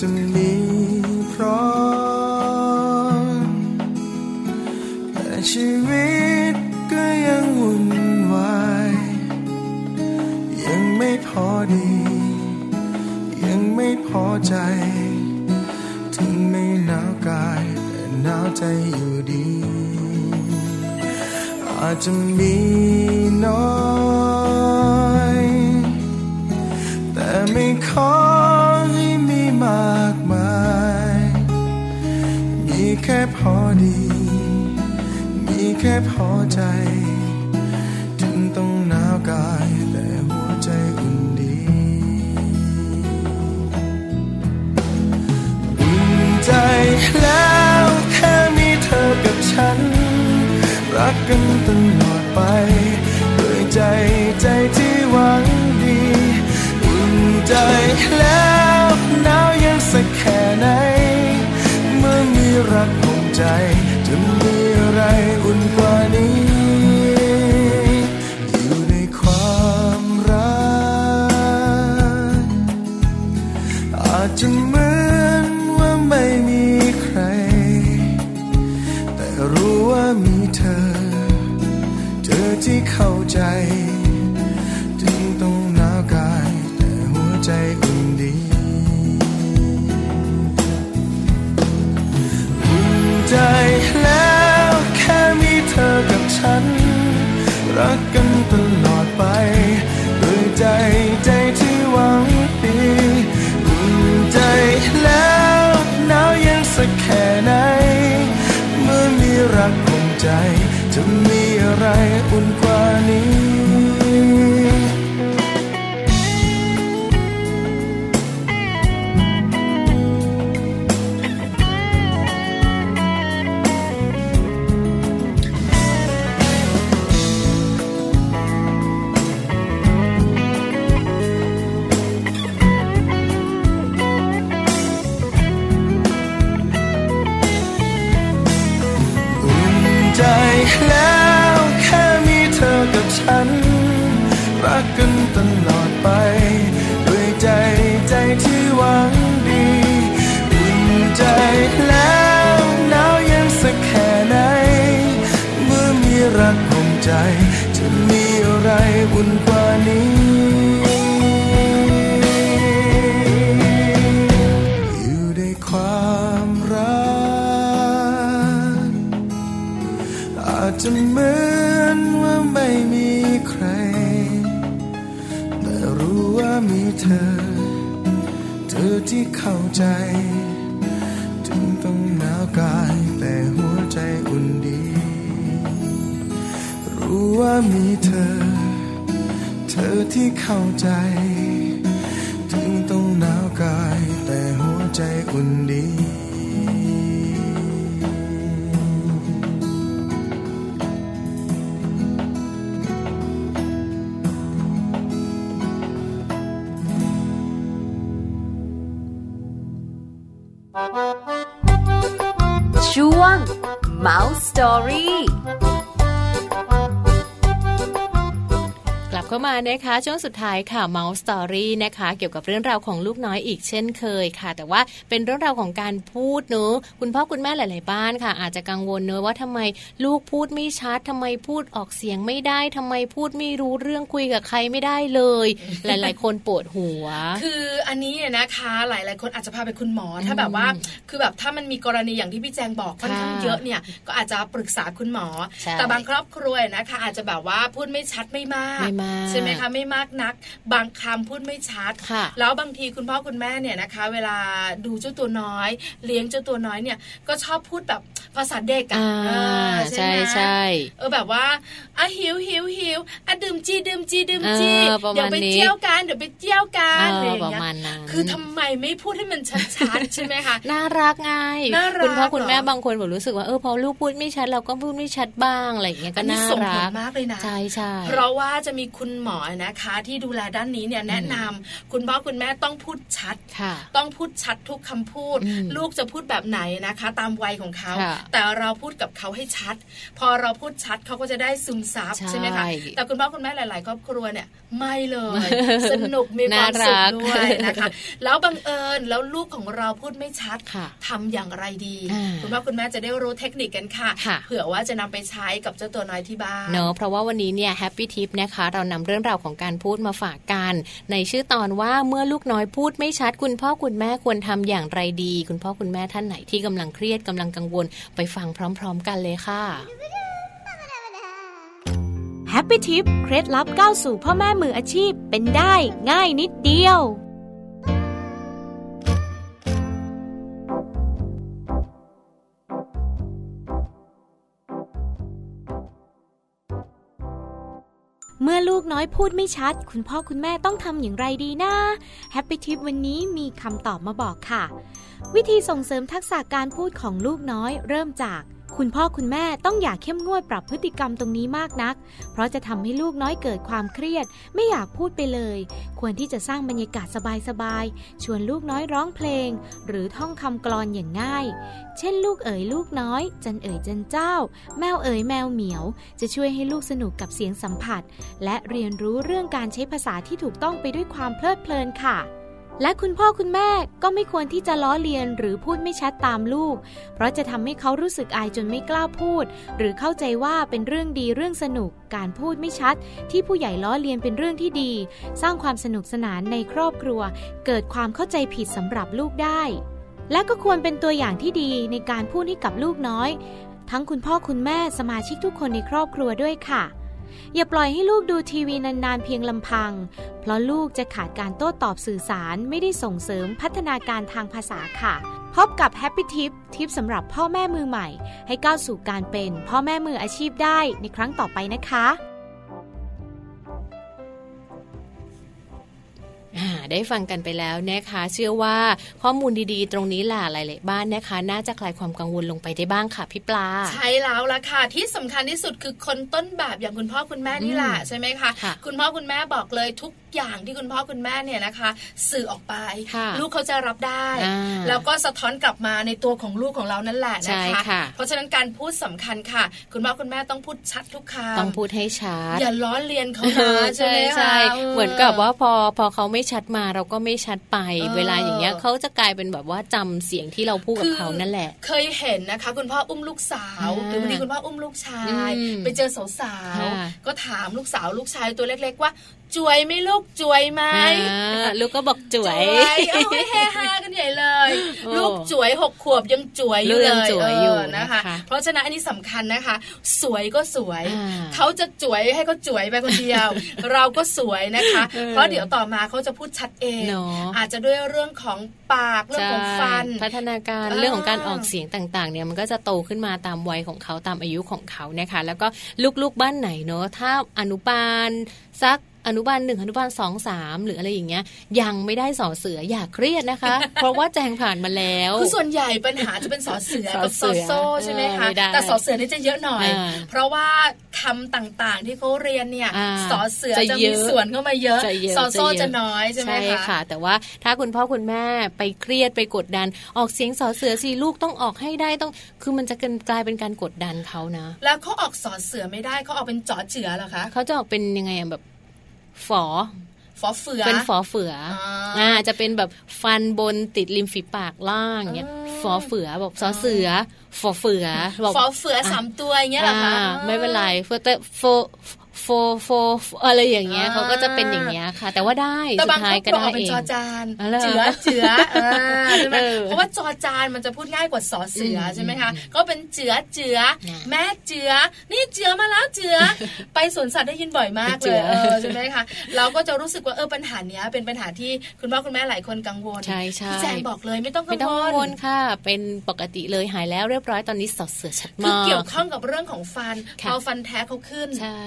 จะมีพร้อมแต่ชีวิตก็ยังวุ่นวายยังไม่พอดียังไม่พอใจถึงไม่หนาวกายแต่หนาวใจอยู่ดีอาจจะมีน้อยแต่ไม่ขอให้มีมากมายมีแค่พอดีมีแค่พอใจถึงต้องหนาวกายแต่หัวใจอุ่นดีอุ่นใจแล้วแค่มีเธอกับฉันรักกันตลอดไปด้วยใจใจที่หวังดีอุ่นใจแล้วหนาวยังสักแค่ไหนเมื่อมีรักห่วงใจจะมีอะไรอุ่นกว่านี้อยู่ในความรักอาจจะเหมือนว่าไม่มีใครแต่รู้ว่ามีเธอเธอที่เข้าใจถึงต้องหนาวกายแต่หัวใจอุ่นดีอุ่นใจแล้วแค่มีเธอกับฉันรักกันตลอดไปด้วยใจใจที่หวังดีอุ่นใจแล้วหนาวยังสักแค่ไหนเมื่อมีรักห่วงใจจะมีอะไรอุ่นกว่านี้ใจแล้วแค่มีเธอกับฉันรักกันตลอดไปด้วยใจใจที่หวังดีอุ่นใจแล้วหนาวยังสักแค่ไหนเมื่อมีรักห่วงใจจะมีอะไรอุ่นกว่านี้อยู่ในความรักอาจจะเหมือนว่าไม่มีใครแต่รู้ว่ามีเธอเธอที่เข้าใจถึงต้องหนาวกายแต่หัวใจอุ่นดีรู้ว่ามีเธอเธอที่เข้าใจถึงต้องหนาวกายแต่หัวใจอุ่นดีช่วง Mouse Story กลับเข้ามานะคะช่วงสุดท้ายค่ะ Mouse Story นะคะเกี่ยวกับเรื่องราวของลูกน้อยอีกเช่นเคยค่ะแต่ว่าเป็นเรื่องราวของการพูดเนอะคุณพ่อคุณแม่หลายๆบ้านค่ะอาจจะกังวลเนอะว่าทำไมลูกพูดไม่ชัดทำไมพูดออกเสียงไม่ได้ทำไมพูดไม่รู้เรื่องคุยกับใครไม่ได้เลย หลายๆคนปวดหัวคืออันนี้นะคะหลายๆคนอาจจะพาไปคุณหมอถ้าแบบว่าคือแบบถ้ามันมีกรณีอย่างที่พี่แจงบอกค่อนข้างเยอะเนี่ยก็อาจจะปรึกษาคุณหมอแต่บางครอบครัวนะคะอาจจะแบบว่าพูดไม่ชัดไม่มากใช่ไหมคะไม่มากนักบางคำพูดไม่ชัดแล้วบางทีคุณพ่อคุณแม่เนี่ยนะคะเวลาดูเจ้าตัวน้อยเลี้ยงเจ้าตัวน้อยเนี่ยก็ชอบพูดแบบภาษาเด็กอ่ะใช่ใช่เออแบบว่าอ่ะหิวหิวหิวอ่ะดื่มจีดื่มจีดื่มจีเดี๋ยวไปเที่ยวกันเดี๋ยวไปเที่ยวกันอะไรอย่างเงี้ยคือทำไมไม่พูดให้มันชัดๆใช่ไหมคะน่ารักไงคุณพ่อคุณแม่บางคนบอกรู้สึกว่าเออพอลูกพูดไม่ชัดเราก็พูดไม่ชัดบ้างอะไรอย่างเงี้ยก็น่ารักมากเลยนะใช่ใช่เพราะว่าจะมีคุณหมอนะคะที่ดูแลด้านนี้เนี่ยแนะนำคุณพ่อคุณแม่ต้องพูดชัดต้องพูดชัดทุกคำพูดลูกจะพูดแบบไหนนะคะตามวัยของเขาแต่เราพูดกับเขาให้ชัดพอเราพูดชัดเขาก็จะได้ซึมซับใช่ใช่ไหมคะแต่คุณพ่อคุณแม่หลายๆครอบครัวเนี่ยไม่เลยสนุกมีความสุขด้วยนะคะแล้วบังเอิญแล้วลูกของเราพูดไม่ชัดทำอย่างไรดีคุณพ่อคุณแม่จะได้รู้เทคนิคกันค่ะเผื่อว่าจะนำไปใช้กับเจ้าตัวน้อยที่บ้านเนอะเพราะว่าวันนี้เนี่ย Happy Tip นะคะเรานำเรื่องราวของการพูดมาฝากกันในชื่อตอนว่าเมื่อลูกน้อยพูดไม่ชัดคุณพ่อคุณแม่ควรทำอย่างไรดีคุณพ่อคุณแม่ท่านไหนที่กำลังเครียดกำลังกังวลไปฟังพร้อมๆกันเลยค่ะ Happy Tip เคล็ดลับก้าวสู่พ่อแม่มืออาชีพเป็นได้ง่ายนิดเดียวเมื่อลูกน้อยพูดไม่ชัดคุณพ่อคุณแม่ต้องทำอย่างไรดีนะ Happy Tip วันนี้มีคำตอบมาบอกค่ะวิธีส่งเสริมทักษะการพูดของลูกน้อยเริ่มจากคุณพ่อคุณแม่ต้องอย่าเข้มงวดปรับพฤติกรรมตรงนี้มากนักเพราะจะทำให้ลูกน้อยเกิดความเครียดไม่อยากพูดไปเลยควรที่จะสร้างบรรยากาศสบายๆชวนลูกน้อยร้องเพลงหรือท่องคำกลอนอย่างง่ายเช่นลูกเอ๋ยลูกน้อยจันเอ๋ยจันเจ้าแมวเอ๋ยแมวเหมียวจะช่วยให้ลูกสนุกกับเสียงสัมผัสและเรียนรู้เรื่องการใช้ภาษาที่ถูกต้องไปด้วยความเพลิดเพลินค่ะและคุณพ่อคุณแม่ก็ไม่ควรที่จะล้อเลียนหรือพูดไม่ชัดตามลูกเพราะจะทำให้เขารู้สึกอายจนไม่กล้าพูดหรือเข้าใจว่าเป็นเรื่องดีเรื่องสนุกการพูดไม่ชัดที่ผู้ใหญ่ล้อเลียนเป็นเรื่องที่ดีสร้างความสนุกสนานในครอบครัวเกิดความเข้าใจผิดสำหรับลูกได้และก็ควรเป็นตัวอย่างที่ดีในการพูดให้กับลูกน้อยทั้งคุณพ่อคุณแม่สมาชิกทุกคนในครอบครัวด้วยค่ะอย่าปล่อยให้ลูกดูทีวีนานๆเพียงลำพังเพราะลูกจะขาดการโต้ตอบสื่อสารไม่ได้ส่งเสริมพัฒนาการทางภาษาค่ะพบกับ Happy Tip ทิปสำหรับพ่อแม่มือใหม่ให้ก้าวสู่การเป็นพ่อแม่มืออาชีพได้ในครั้งต่อไปนะคะได้ฟังกันไปแล้วนะคะเชื่อว่าข้อมูลดีๆตรงนี้ล่ะหลายๆบ้านนะคะน่าจะคลายความกังวลลงไปได้บ้างค่ะพี่ปลาใช่แล้วล่ะค่ะที่สำคัญที่สุดคือคนต้นแบบอย่างคุณพ่อคุณแม่นี่แหละใช่ไหมคะคุณพ่อคุณแม่บอกเลยทุกอย่างที่คุณพ่อคุณแม่เนี่ยนะคะสื่อออกไปลูกเขาจะรับได้แล้วก็สะท้อนกลับมาในตัวของลูกของเรานั่นแหละนะคะเพราะฉะนั้นการพูดสำคัญค่ะคุณพ่อคุณแม่ต้องพูดชัดทุกคำต้องพูดให้ชัดอย่าล้อเลียนเขานะใช่ไหมเหมือนกับว่าพอพอเขาไม่ชัดมาเราก็ไม่ชัดไปเวลาอย่างเงี้ยเขาจะกลายเป็นแบบว่าจำเสียงที่เราพูดกับเขานั่นแหละเคยเห็นนะคะคุณพ่ออุ้มลูกสาวหรือบางทีคุณพ่ออุ้มลูกชายไปเจอสาวๆก็ถามลูกสาวลูกชายตัวเล็กๆว่าจวยไหมลูกจวยไหมลูกก็บอกจวยเอาให้เฮฮากันใหญ่เลยลูกจวยหกขวบยังจวยอยู่เลยนะคะเพราะฉะนั้นอันนี้สำคัญนะคะสวยก็สวยเขาจะจวยให้เขาจวยไปคนเดียวเราก็สวยนะคะเพราะเดี๋ยวต่อมาเขาจะพูดชัดเองอาจจะด้วยเรื่องของปากเรื่องของฟันพัฒนาการเรื่องของการออกเสียงต่างๆเนี่ยมันก็จะโตขึ้นมาตามวัยของเขาตามอายุของเขานะคะแล้วก็ลูกๆบ้านไหนเนอะถ้าอนุบาลสักอนุบาลหนึ่งอนุบาลสองสามหรืออะไรอย่างเงี้ยยังไม่ได้สอเสืออย่าเครียดนะคะ เพราะว่าแจงผ่านมาแล้วคือส่วนใหญ่ปัญหาจะเป็นสอเสือกับสอโซ่ใช่ไหมคะแต่สอเสือนี่จะเยอะหน่อยเพราะว่าคำต่างๆที่เขาเรียนเนี่ยสอเสือจะมีส่วนเข้ามาเยอะสอโซ่จะน้อยใช่ไหมคะใช่ค่ะแต่ว่าถ้าคุณพ่อคุณแม่ไปเครียดไปกดดันออกเสียงสอเสือสิลูกต้องออกให้ได้ต้องคือมันจะกลายเป็นการกดดันเขานะแล้วเขาออกสอเสือไม่ได้เขาออกเป็นจอเจือเหรอคะเขาจะออกเป็นยังไงแบบฝอฝอเฟือเป็นฝอเฟืออ่าจะเป็นแบบฟันบนติดริมฝีปากล่างเงี้ยฝอเฟือแบบสอเสือฝอเฟือฝอเฟือสามตัวอย่างเงี้ยเหรอคะไม่เป็นไรเฟือแต่โฟโฟโฟอะไรอย่างเงี้ยเขาก็จะเป็นอย่างเงี้ยค่ะแต่ว่าได้สุดท้ายก็ได้เองเป็นจอจานเจือเจือใช่ไหมเพราะว่าจอจานมันจะพูดง่ายกว่าสอเสือใช่ไหมคะก็เป็นเจือเจือแม่เจือนี่เจือมาแล้วเจือไปสวนสัตว์ได้ยินบ่อยมากเลยใช่ไหมคะเราก็จะรู้สึกว่าเออปัญหาเนี้ยเป็นปัญหาที่คุณพ่อคุณแม่หลายคนกังวลใช่ใช่แจงบอกเลยไม่ต้องกังวลไม่ต้องกังวลค่ะเป็นปกติเลยหายแล้วเรียบร้อยตอนนี้สอเสือชัดมากคือเกี่ยวข้องกับเรื่องของฟันพอฟันแท้เขาขึ้นเขาก็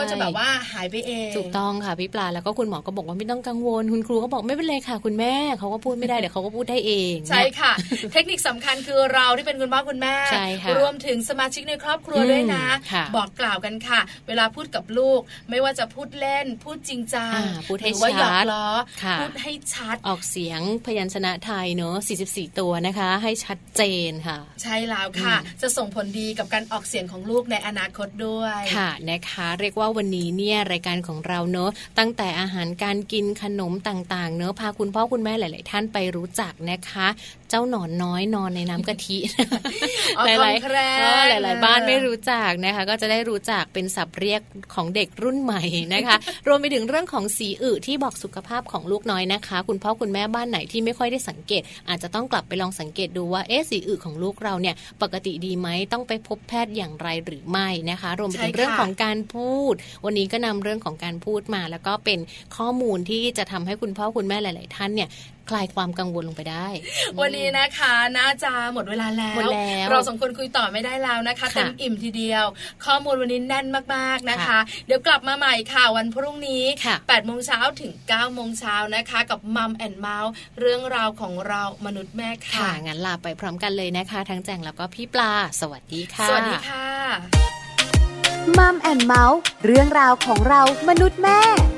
จะแบบว่าหายไปเองถูกต้องค่ะพี่ปลาแล้วก็คุณหมอก็บอกว่าไม่ต้องกังวลคุณครูก็บอกไม่เป็นไรค่ะคุณแม่เขาก็พูดไม่ได้เดี๋ยวเขาก็พูดได้เองใช่ค่ะ เทคนิคสำคัญคือเราที่เป็นคุณพ่อคุณแม่รวมถึงสมาชิกในครอบครัวด้วยนะบอกกล่าวกันค่ะเวลาพูดกับลูกไม่ว่าจะพูดเล่นพูดจริงจังหรือว่าหยอกล้อพูดให้ชัดออกเสียงพยัญชนะไทยเนอะสี่สิบสี่ตัวนะคะให้ชัดเจนค่ะใช่แล้วค่ะจะส่งผลดีกับการออกเสียงของลูกในอนาคตด้วยค่ะนะคะเรียกว่าวันนี้เนี่ยรายการของเราเนอะตั้งแต่อาหารการกินขนมต่างๆเนอะพาคุณพ่อคุณแม่หลายๆท่านไปรู้จักนะคะเจ้าหนอนน้อยนอนในน้ำกะทิหลายๆหลายๆบ้านไม่รู้จักนะคะก็จะได้รู้จักเป็นศัพท์เรียกของเด็กรุ่นใหม่นะคะรวมไปถึงเรื่องของสีอึที่บอกสุขภาพของลูกน้อยนะคะคุณพ่อคุณแม่บ้านไหนที่ไม่ค่อยได้สังเกตอาจจะต้องกลับไปลองสังเกตดูว่าเอ๊ะสีอึของลูกเราเนี่ยปกติดีไหมต้องไปพบแพทย์อย่างไรหรือไม่นะคะรวมไปถึงเรื่องของการพูดวันนี้ก็นำเรื่องของการพูดมาแล้วก็เป็นข้อมูลที่จะทำให้คุณพ่อคุณแม่หลายๆท่านเนี่ยคลายความกังวลลงไปได้วันนี้นะคะน่าจะหมดเวลาแล้วเราสองคนคุยต่อไม่ได้แล้วนะคะเต็มอิ่มทีเดียวข้อมูลวันนี้แน่นมากๆนะคะเดี๋ยวกลับมาใหม่ค่ะวันพรุ่งนี้ แปดโมงเช้าถึง เก้าโมงเช้านะคะกับมัมแอนด์เมาส์เรื่องราวของเรามนุษย์แม่ค่ะงั้นลาไปพร้อมกันเลยนะคะทั้งแจงแล้วก็พี่ปลาสวัสดีค่ะสวัสดีค่ะมัมแอนด์เมาส์เรื่องราวของเรามนุษย์แม่